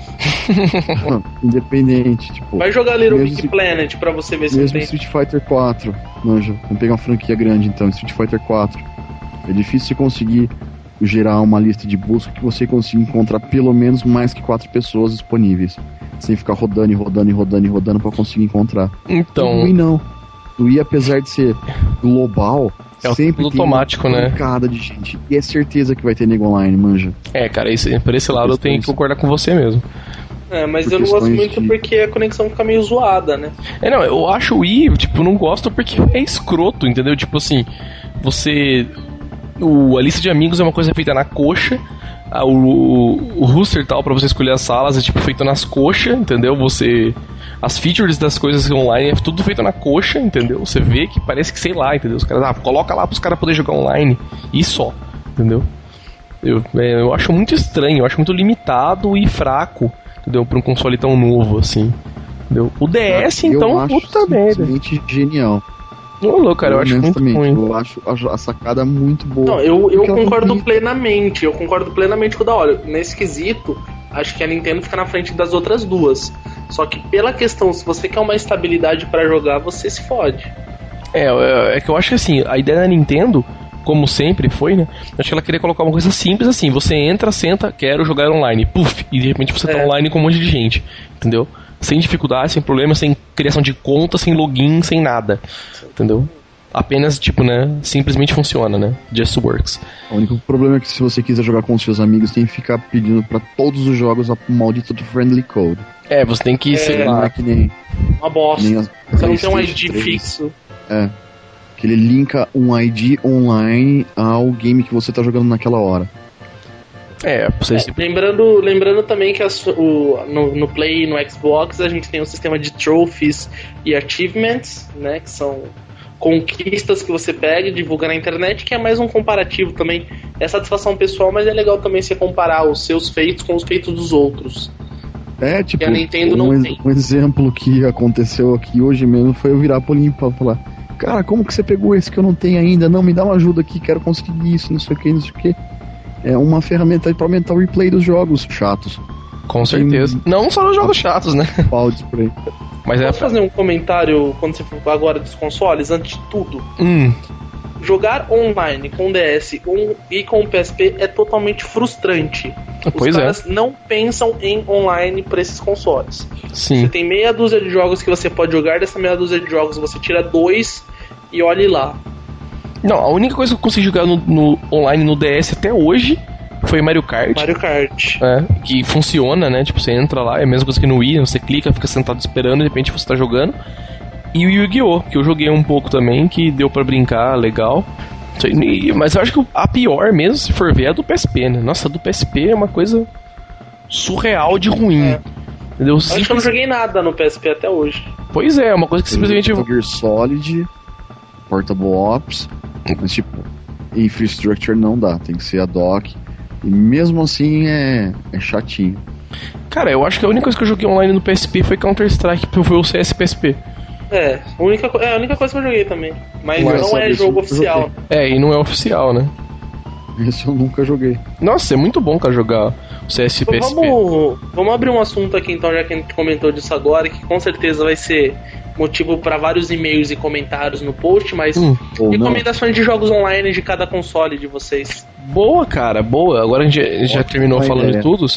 Não, independente, tipo... Vai jogar Little Big se... Planet pra você ver se mesmo tem. Street Fighter quatro. Manja, vamos pegar uma franquia grande então, Street Fighter quatro. É difícil você conseguir gerar uma lista de busca que você consiga encontrar pelo menos mais que quatro pessoas disponíveis. Sem ficar rodando e rodando e rodando e rodando pra conseguir encontrar. Então... No Wii não. No Wii, apesar de ser global, é sempre tudo automático, tem uma né? pancada de gente. E é certeza que vai ter nego online, manja. É, cara, esse, por esse lado eu tenho que concordar com você mesmo. É, mas eu não gosto muito de... porque a conexão fica meio zoada, né? É, não, eu acho o Wii, tipo, eu não gosto porque é escroto, entendeu? Tipo assim, você... O, a lista de amigos é uma coisa feita na coxa, a, o, o roster tal, pra você escolher as salas, é tipo feito nas coxas, entendeu? Você... As features das coisas online é tudo feito na coxa, entendeu? Você vê que parece que, sei lá, entendeu? Os caras, ah, coloca lá pros caras poderem jogar online e só, entendeu? Eu, é, eu acho muito estranho, eu acho muito limitado e fraco, entendeu? Pra um console tão novo, assim. Entendeu? O D S, eu então, acho puta merda. Simplesmente genial. Não, louco, cara, eu, eu acho muito ruim. Eu acho a, a sacada muito boa. Não, eu, eu concordo plenamente, eu concordo plenamente com o da hora. Nesse quesito, acho que a Nintendo fica na frente das outras duas. Só que pela questão, se você quer uma estabilidade pra jogar, você se fode. É, é, é que eu acho que assim, a ideia da Nintendo, como sempre foi, né? Acho que ela queria colocar uma coisa simples assim, você entra, senta, quero jogar online, puf, e de repente você tá é. online com um monte de gente, entendeu? Sem dificuldade, sem problema, sem criação de conta, sem login, sem nada, entendeu? Apenas, tipo, né, simplesmente funciona, né? Just works. O único problema é que se você quiser jogar com os seus amigos, tem que ficar pedindo pra todos os jogos a maldita do Friendly Code. É, você tem que, é, sei lá... Não é que nem... Uma bosta. Nem as, você não tem um I D três. Fixo. É. Que ele linka um I D online ao game que você tá jogando naquela hora. É, vocês... é lembrando, lembrando também que as, o, no, no Play e no Xbox a gente tem um sistema de trophies e achievements, né, que são conquistas que você pega e divulga na internet, que é mais um comparativo também. É satisfação pessoal, mas é legal também você comparar os seus feitos com os feitos dos outros. É, tipo, que a Nintendo um, não tem. um exemplo que aconteceu aqui hoje mesmo foi eu virar pro Limpa e falar: cara, como que você pegou esse que eu não tenho ainda? Não, me dá uma ajuda aqui, quero conseguir isso, não sei o que, não sei o que. É uma ferramenta para aumentar o replay dos jogos chatos. Com certeza. Tem... Não só nos jogos chatos, né? Baldes por aí. Mas Posso é... fazer um comentário quando você for agora dos consoles, antes de tudo? Hum. Jogar online com o D S e com o P S P é totalmente frustrante. Pois Os caras é. não pensam em online para esses consoles. Sim. Você tem meia dúzia de jogos que você pode jogar, dessa meia dúzia de jogos você tira dois e olhe lá. Não, a única coisa que eu consegui jogar no, no online no D S até hoje foi Mario Kart. Mario Kart. É, que funciona, né? Tipo, você entra lá, é a mesma coisa que no Wii, você clica, fica sentado esperando, de repente você tá jogando. E o Yu-Gi-Oh!, que eu joguei um pouco também, que deu pra brincar, legal. Mas eu acho que a pior mesmo, se for ver, é a do P S P, né? Nossa, a do P S P é uma coisa surreal de ruim. É. Entendeu? Acho Simples... que eu não joguei nada no P S P até hoje. Pois é, é uma coisa que simplesmente... Metal Gear Solid, Portable Ops, mas tipo, Infrastructure não dá, tem que ser a dock. E mesmo assim é, é chatinho. Cara, eu acho que a única coisa que eu joguei online no P S P foi Counter-Strike, foi o C S P S P. É, a única, é a única coisa que eu joguei também. Mas, mas não é jogo oficial. É, e não é oficial, né? Esse eu nunca joguei. Nossa, é muito bom, cara, jogar o C S P S P. Vamos, vamos abrir um assunto aqui então, já que a gente comentou disso agora, que com certeza vai ser motivo para vários e-mails e comentários no post, mas hum, recomendações de jogos online de cada console de vocês. Boa, cara, boa. Agora a gente, a gente já terminou falando ideia. de todos.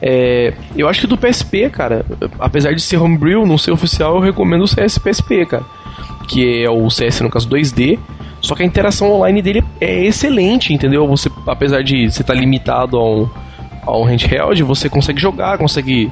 É, eu acho que do P S P, cara, apesar de ser homebrew, não ser oficial, eu recomendo o C S P S P, cara. Que é o C S, no caso, dois D. Só que a interação online dele é excelente, entendeu? Você, apesar de você estar limitado a um, a um handheld, você consegue jogar, consegue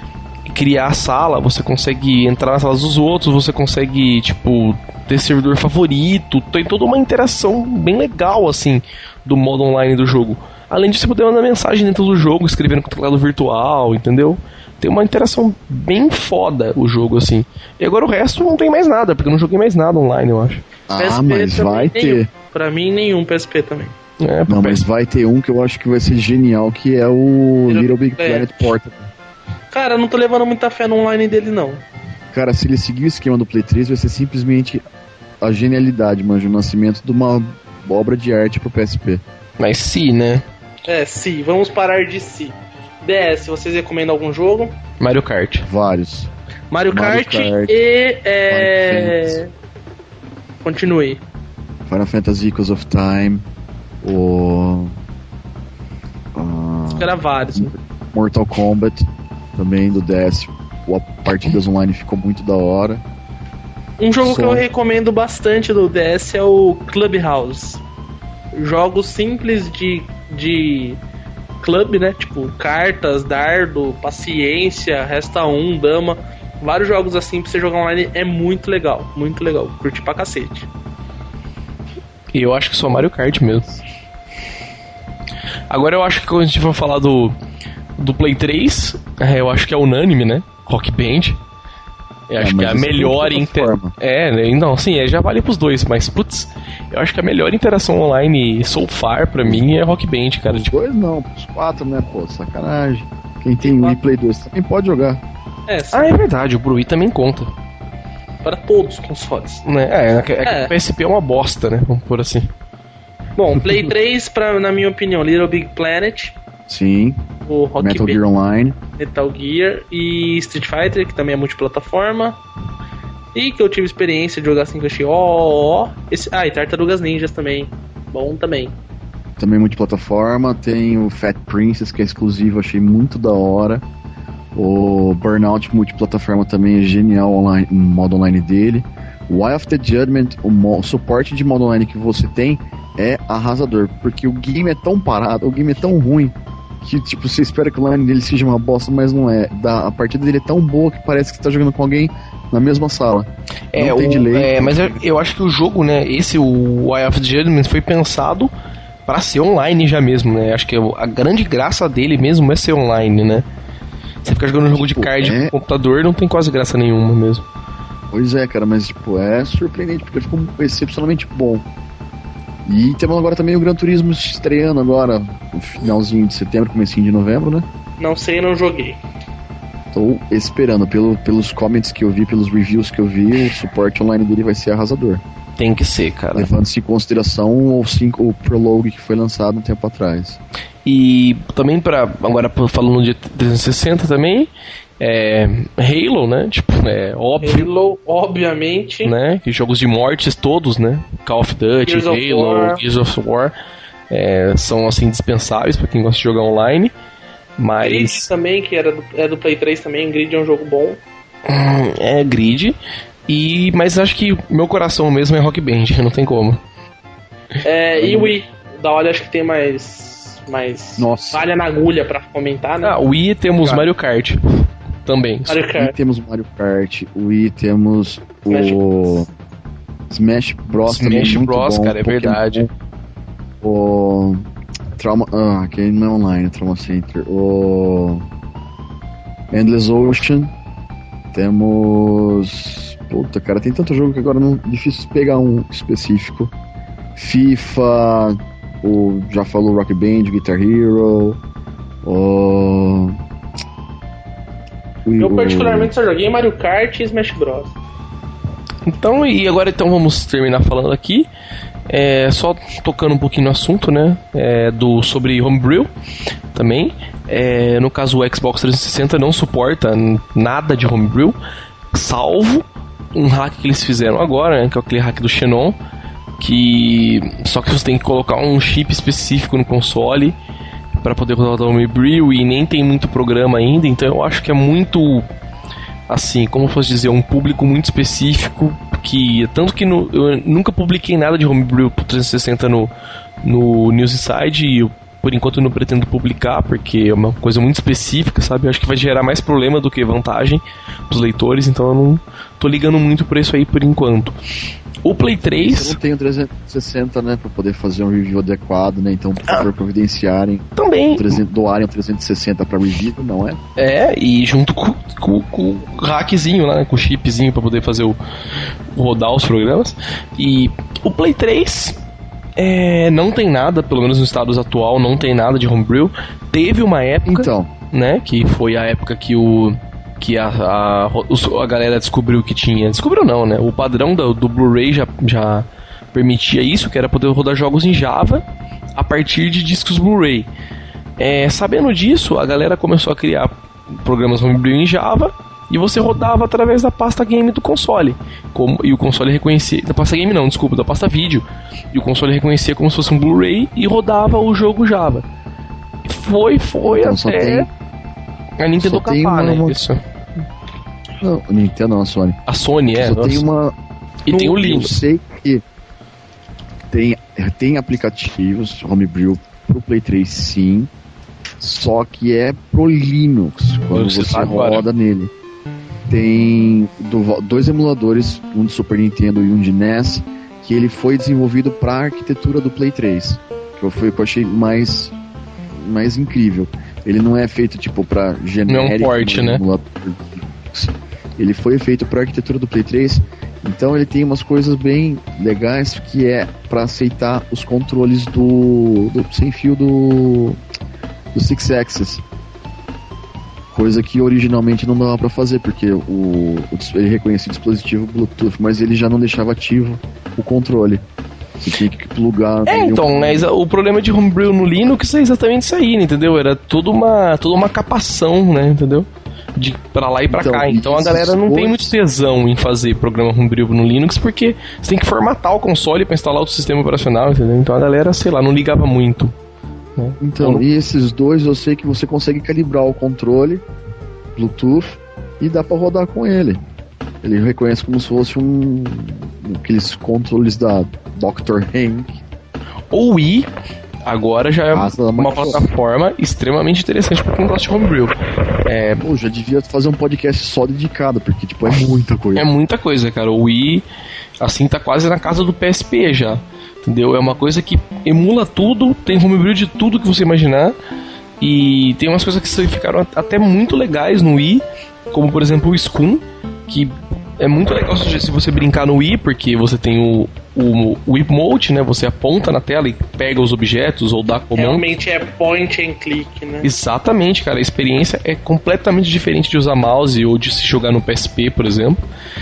criar a sala, você consegue entrar nas salas dos outros, você consegue, tipo, ter servidor favorito, tem toda uma interação bem legal, assim, do modo online do jogo. Além de você poder mandar mensagem dentro do jogo, escrever no teclado virtual, entendeu? Tem uma interação bem foda o jogo, assim. E agora o resto não tem mais nada, porque eu não joguei mais nada online, eu acho. Ah, mas vai ter. Nenhum. Pra mim, nenhum P S P também. É, não, mas vai ter um que eu acho que vai ser genial, que é o Little, Little Big é. Planet Portable. Cara, eu não tô levando muita fé no online dele, não. Cara, se ele seguir o esquema do Play três, vai ser simplesmente a genialidade, manja, o nascimento de uma obra de arte pro P S P. Mas sim, né? É, sim, vamos parar de si. D S, vocês recomendam algum jogo? Mario Kart. Vários. Mario, Mario Kart, Kart e... É... Continue. Final Fantasy Echoes of Time, o... Uh... Era vários. Né? Mortal Kombat, também do D S. A partidas online ficou muito da hora. Um jogo Só... que eu recomendo bastante do D S é o Clubhouse. Jogos simples de... de... club, né? Tipo, cartas, dardo, paciência, resta um, dama. Vários jogos assim pra você jogar online é muito legal. Muito legal. Curti pra cacete. E eu acho que só Mario Kart mesmo. Agora eu acho que quando a gente for falar do, do Play três, é, eu acho que é unânime, né? Rock Band. Eu acho é, que é a melhor inter... É, né? Não, sim, é, já vale pros dois, mas putz, eu acho que a melhor interação online so far pra mim é Rock Band, cara. Os dois não, pros quatro, né, pô, sacanagem. Quem tem Wii Play dois também pode jogar. É, ah, é verdade, o Wii também conta. Para todos os consoles. Né? É, é, é, é. O P S P é uma bosta, né? Vamos por assim. Bom, Play três, pra, na minha opinião, Little Big Planet. Sim. O Rock Metal Band, Gear Online. Metal Gear e Street Fighter, que também é multiplataforma. E que eu tive experiência de jogar assim, que eu achei ó, ó, ó. Esse, ah, e Tartarugas Ninjas também. Bom também. Também multiplataforma. Tem o Fat Princess, que é exclusivo, achei muito da hora. O Burnout multiplataforma também é genial online, o modo online dele. O Eye of the Judgment, o, mo- o suporte de modo online que você tem é arrasador, porque o game é tão parado, o game é tão ruim que tipo, você espera que o online dele seja uma bosta, mas não é. Da, a partida dele é tão boa que parece que você tá jogando com alguém na mesma sala. É, não tem o, delay. É, mas eu, eu acho que o jogo, né, esse, o Eye of the Judgment, foi pensado pra ser online já mesmo, né? Acho que a grande graça dele mesmo é ser online, né? Você fica jogando um jogo tipo, de card é... no computador, não tem quase graça nenhuma mesmo. Pois é, cara, mas tipo, é surpreendente, porque ficou excepcionalmente bom. E temos agora também o Gran Turismo estreando agora, no finalzinho de setembro, comecinho de novembro, né? Não sei, não joguei. Tô esperando, pelo, pelos comments que eu vi, pelos reviews que eu vi, o suporte online dele vai ser arrasador. Tem que ser, cara. Levando-se em consideração o, cinco, o Prologue que foi lançado um tempo atrás. E também, pra, agora falando de trezentos e sessenta também, é, Halo, né? Tipo, é óbvio. Halo, obviamente. Né? Que jogos de mortes todos, né? Call of Duty, Gears Halo, of Gears of War, é, são assim dispensáveis pra quem gosta de jogar online. Mas... Grid também, que era do, é do Play três também, Grid é um jogo bom. Hum, é, Grid. E, mas acho que meu coração mesmo é Rock Band, não tem como. É, e o Wii, da hora acho que tem mais, mais Nossa. falha na agulha pra comentar, né? Ah, o Wii temos Mario Kart também. Mario Kart. Wii temos Mario Kart, o Wii temos Smash o Smash Bros. Smash muito Bros, bom, cara, é Pokémon, verdade. O Trauma, ah, que não é online, é Trauma Center. O Endless Ocean. Temos... Puta, cara, tem tanto jogo que agora não é difícil pegar um específico. FIFA, o já falou Rock Band, Guitar Hero, o... Eu particularmente só joguei Mario Kart e Smash Bros. Então, e agora então vamos terminar falando aqui. É, só tocando um pouquinho no assunto, né? É, do, sobre Homebrew também. É, no caso, o Xbox trezentos e sessenta não suporta nada de Homebrew, salvo um hack que eles fizeram agora, né, que é aquele hack do Xenon, que só que você tem que colocar um chip específico no console para poder rodar o Homebrew e nem tem muito programa ainda, então eu acho que é muito, assim, como eu posso dizer, um público muito específico, que tanto que no, eu nunca publiquei nada de Homebrew pro trezentos e sessenta no, no News Inside e eu, por enquanto eu não pretendo publicar, porque é uma coisa muito específica, sabe? Eu acho que vai gerar mais problema do que vantagem pros leitores, então eu não tô ligando muito por isso aí por enquanto. O Play três... Eu não tenho trezentos e sessenta, né, pra poder fazer um review adequado, né? Então, por favor, ah, providenciarem. Também. trezentos, doarem o trezentos e sessenta pra review, não é? É, e junto com, com, com o hackzinho lá, né, com o chipzinho pra poder fazer o, rodar os programas. E o Play três... É, não tem nada, pelo menos no status atual, não tem nada de Homebrew. Teve uma época, então, né, que foi a época que o que a, a, a galera descobriu que tinha, descobriu não, né, o padrão do, do Blu-ray já, já permitia isso, que era poder rodar jogos em Java a partir de discos Blu-ray. É, sabendo disso, a galera começou a criar programas Homebrew em Java e você rodava através da pasta game do console. Como, e o console reconhecia... Da pasta game não, desculpa, da pasta vídeo. E o console reconhecia como se fosse um Blu-ray e rodava o jogo Java. Foi, foi então, até... Tem, a Nintendo capar, né? Uma... Isso. Não, a Nintendo não, a Sony. A Sony, é. Só tem uma... E no, tem o Linux. Eu sei que tem, tem aplicativos Homebrew pro Play três, sim. Só que é pro Linux, quando você, você roda nele. Tem do, dois emuladores, um de Super Nintendo e um de N E S, que ele foi desenvolvido para a arquitetura do Play três, que foi o que eu achei mais, mais incrível. Ele não é feito tipo para genérico, não é um port, né? Ele foi feito para a arquitetura do Play três, então ele tem umas coisas bem legais que é para aceitar os controles do, do sem fio do, do Six Axis. Coisa que originalmente não dava pra fazer, porque o, o, ele reconhecia o dispositivo Bluetooth, mas ele já não deixava ativo o controle. Você tinha que plugar... É, então, um... mas o problema de homebrew no Linux é exatamente isso aí, entendeu? Era toda uma, toda uma capação, né, entendeu? De pra lá e pra então, cá. Então a galera não tem muito tesão em fazer programa homebrew no Linux, porque você tem que formatar o console pra instalar o sistema operacional, entendeu? Então a galera, sei lá, não ligava muito. Então, então, e esses dois eu sei que você consegue calibrar o controle Bluetooth e dá pra rodar com ele. Ele reconhece como se fosse um aqueles controles da doutor Hank. O Wii agora já é uma plataforma extremamente interessante para quem gosta de homebrew. É... Pô, já devia fazer um podcast só dedicado, porque tipo é muita coisa. É muita coisa, cara. O Wii assim tá quase na casa do P S P já. Entendeu? É uma coisa que emula tudo, tem homebrew de tudo que você imaginar. E tem umas coisas que ficaram até muito legais no Wii, como por exemplo o Scum, que é muito legal se você brincar no Wii, porque você tem o, o, o Whip Mode, né? Você aponta na tela e pega os objetos ou dá comando. Realmente é point and click, né? Exatamente, cara. A experiência é completamente diferente de usar mouse ou de se jogar no P S P, por exemplo.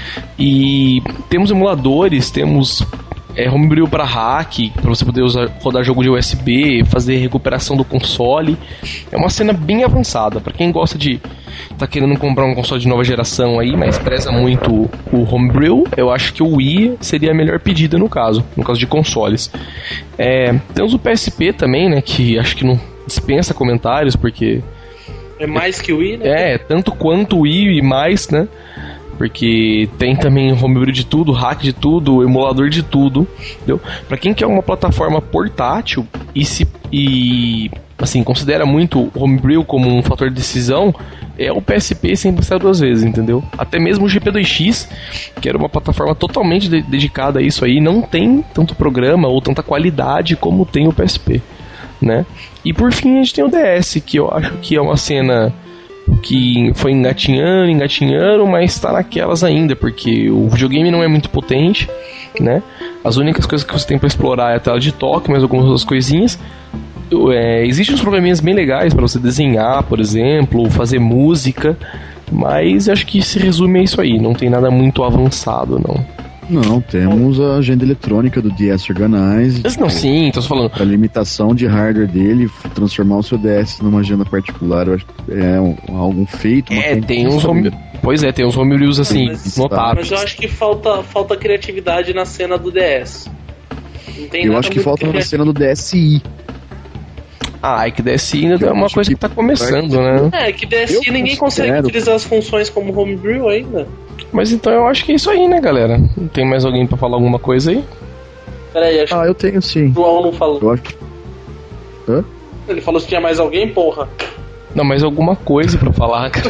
E temos emuladores, temos... É homebrew para hack, para você poder usar, rodar jogo de U S B, fazer recuperação do console. É uma cena bem avançada. Para quem gosta de tá querendo comprar um console de nova geração aí, mas preza muito o homebrew, eu acho que o Wii seria a melhor pedida no caso, no caso de consoles. É, temos o P S P também, né, que acho que não dispensa comentários, porque é mais que o Wii, né? É, tanto quanto o Wii e mais, né? Porque tem também homebrew de tudo, hack de tudo, emulador de tudo, entendeu? Pra quem quer uma plataforma portátil e se e assim considera muito o homebrew como um fator de decisão, é o P S P sem pensar duas vezes, entendeu? Até mesmo o G P dois X, que era uma plataforma totalmente de- dedicada a isso aí, não tem tanto programa ou tanta qualidade como tem o P S P, né? E por fim a gente tem o D S, que eu acho que é uma cena que foi engatinhando, engatinhando, mas tá naquelas ainda, porque o videogame não é muito potente, né? As únicas coisas que você tem pra explorar é a tela de toque, mais algumas outras coisinhas. É, existem uns programinhas bem legais para você desenhar, por exemplo, fazer música, mas acho que se resume a isso aí, não tem nada muito avançado, não. Não, temos a agenda eletrônica do D S Organize. Mas não, sim, tô falando. A limitação de hardware dele, transformar o seu D S numa agenda particular, eu acho que é um, algum feito. É, tem uns home... Pois é, tem uns homebrews assim, mas, notáveis. Mas eu acho que falta, falta criatividade na cena do D S. Não tem eu nada acho que falta criativo. na cena do D S I. Ah, é que D S I ainda é uma coisa que tá começando, né? É, que D S I ninguém consegue utilizar as funções como homebrew ainda. Mas então eu acho que é isso aí, né, galera? Tem mais alguém pra falar alguma coisa aí? Peraí, acho Ah, eu tenho sim. que o João não falou. Eu acho. Hã? Ele falou se tinha mais alguém, porra. Não, mas alguma coisa pra falar, cara.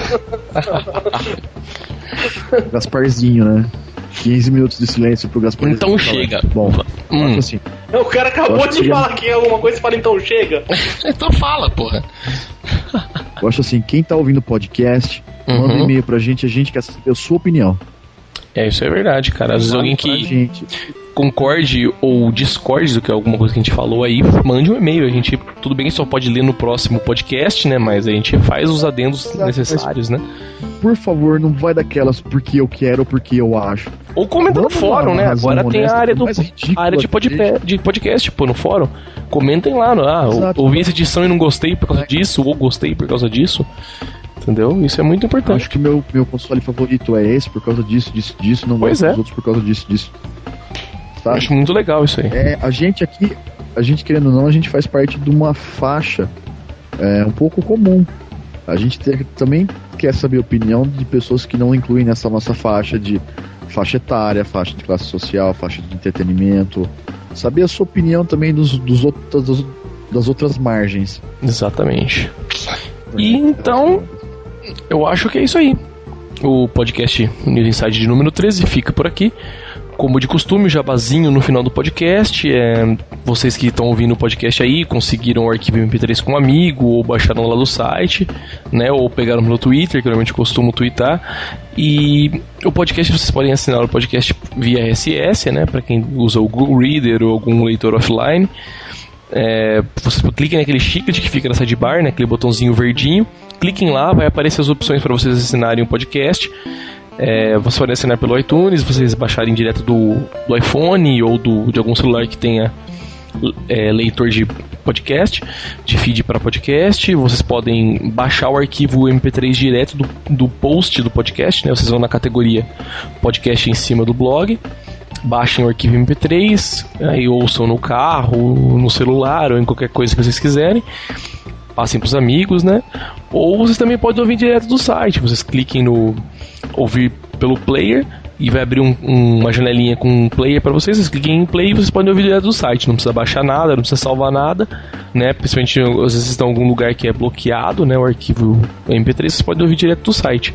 Gasparzinho, né? quinze minutos de silêncio pro Gasparzinho. Então chega. Bom, eu Hum. acho assim. O cara acabou Eu de acho falar que é alguma coisa e fala então chega. Então fala, porra. Eu acho assim, quem tá ouvindo o podcast, manda um Uhum. e-mail pra gente, a gente quer saber a sua opinião. É, isso é verdade, cara. Às vezes alguém Pra que gente. concorde ou discorde do que alguma coisa que a gente falou aí, mande um e-mail. A gente, tudo bem que só pode ler no próximo podcast, né? Mas a gente faz os adendos Exato, necessários, né? Por favor, não vai daquelas porque eu quero ou porque eu acho. Ou comenta no Manda fórum, uma né? razão Agora tem a honesta, área, do, mais ridícula a área de, que podpe- seja. de podcast, pô, no fórum. Comentem lá, no, ah, Exato. ouvi essa edição e não gostei por causa disso, ou gostei por causa disso. Entendeu? Isso é muito Eu importante. acho que meu, meu console favorito é esse por causa disso, disso, disso, não Pois gosto é. dos outros por causa disso, disso. Eu Tá? acho muito legal isso aí. É, a gente aqui, a gente querendo ou não, a gente faz parte de uma faixa é, um pouco comum. A gente te- também quer saber a opinião de pessoas que não incluem nessa nossa faixa de faixa etária, faixa de classe social, faixa de entretenimento. Saber a sua opinião também dos, dos outros, dos das outras margens. Exatamente. E então, eu acho que é isso aí. O podcast News Inside de número treze fica por aqui. Como de costume, o jabazinho no final do podcast. É, vocês que estão ouvindo o podcast aí, conseguiram o arquivo M P três com um amigo, ou baixaram lá do site, né, ou pegaram pelo Twitter, que eu normalmente costumo twittar. E o podcast, vocês podem assinar o podcast via R S S, né, para quem usa o Google Reader ou algum leitor offline. É, vocês cliquem naquele chiclete que fica na sidebar, né, aquele botãozinho verdinho. Cliquem lá, vai aparecer as opções para vocês assinarem o podcast. É, vocês podem assinar pelo iTunes, vocês baixarem direto do, do iPhone ou do, de algum celular que tenha é, leitor de podcast, de feed para podcast. Vocês podem baixar o arquivo M P três direto do, do post do podcast, né? Vocês vão na categoria podcast em cima do blog, baixem o arquivo M P três, aí ouçam no carro, no celular ou em qualquer coisa que vocês quiserem. Passem pros amigos, né? Ou vocês também podem ouvir direto do site. Vocês cliquem no ouvir pelo player e vai abrir um, uma janelinha com um player para vocês. Vocês cliquem em play e vocês podem ouvir direto do site. Não precisa baixar nada, não precisa salvar nada, né? Principalmente às vezes vocês estão em algum lugar que é bloqueado, né? O arquivo M P três, vocês podem ouvir direto do site.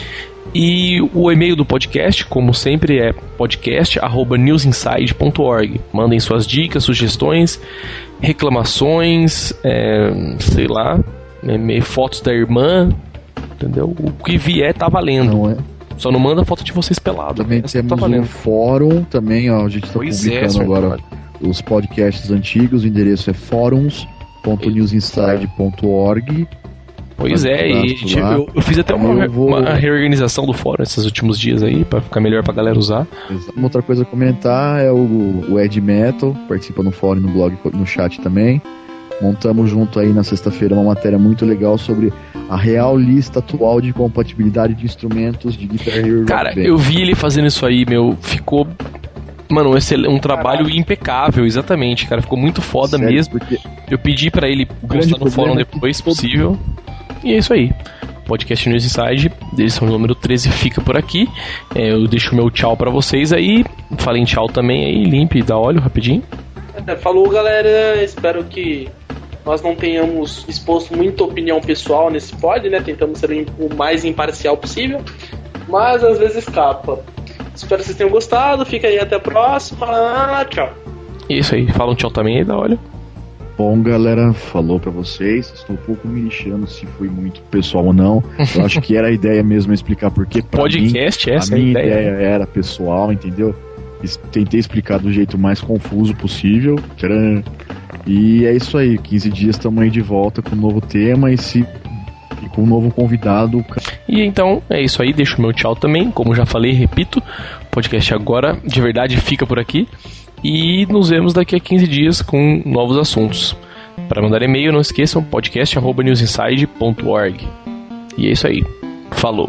E o e-mail do podcast, como sempre, é podcast arroba newsinside ponto org. Mandem suas dicas, sugestões, reclamações, é, sei lá, é, fotos da irmã, entendeu? O que vier tá valendo. Não é? Só não manda foto de vocês pelados. Também temos tá um fórum, também, ó, a gente tá pois publicando é, agora os podcasts antigos, o endereço é fóruns ponto newsinside ponto org. Pois é, e gente, eu, eu fiz até uma, vou... uma reorganização do fórum esses últimos dias aí, pra ficar melhor pra galera usar. Uma outra coisa a comentar é o, o Ed Metal, participa no fórum, no blog, no chat também. Montamos junto aí na sexta-feira uma matéria muito legal sobre a real lista atual de compatibilidade de instrumentos de Guitar Hero. Cara, eu vi ele fazendo isso aí, meu, ficou... Mano, um, um trabalho Caralho. impecável, exatamente, cara, ficou muito foda Sério? mesmo. Porque eu pedi pra ele postar no fórum depois, se possível. E é isso aí. Podcast News Inside, edição número treze, fica por aqui. É, eu deixo meu tchau pra vocês aí. Falem tchau também aí, limpe e dá óleo rapidinho. É, falou, galera. Espero que nós não tenhamos exposto muita opinião pessoal nesse pod, né? Tentamos ser o mais imparcial possível, mas às vezes escapa. Espero que vocês tenham gostado. Fica aí, até a próxima. Ah, tchau. Isso aí, falam tchau também aí, dá óleo. Bom, galera, falou pra vocês. Estou um pouco me lixando se foi muito pessoal ou não. Eu acho que era a ideia mesmo explicar porque pra podcast, mim, essa a minha é a ideia. ideia era pessoal, entendeu? Tentei explicar do jeito mais confuso possível. Tcharam. E é isso aí, quinze dias estamos aí de volta com um novo tema e, se, e com um novo convidado. E então, é isso aí, deixo o meu tchau também. Como já falei, repito, o podcast agora de verdade fica por aqui. E nos vemos daqui a quinze dias com novos assuntos. Para mandar e-mail, não esqueçam, podcast arroba newsinside ponto org. E é isso aí. Falou.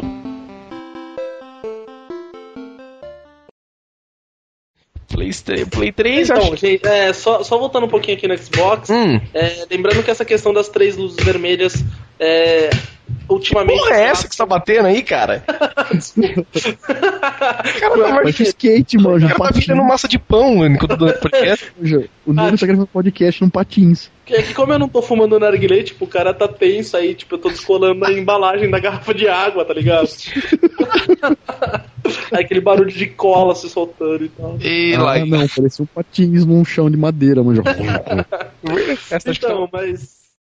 Play, Play três, então, acho... gente, é, só, só voltando um pouquinho aqui no Xbox, hum. é, lembrando que essa questão das três luzes vermelhas é, ultimamente... Porra, é essa que você tá batendo aí, cara? Desculpa. Cara, tá skate, mano. O cara tá virando massa de pão, mano, enquanto do podcast. O Nuno tá gravando podcast num patins. É que como eu não tô fumando narguilé, tipo, o cara tá tenso aí, tipo, eu tô descolando a embalagem da garrafa de água, tá ligado? Aí aquele barulho de cola se soltando e tal. E ah, lá, não, parecia um patins num chão de madeira, mano. Então, mas...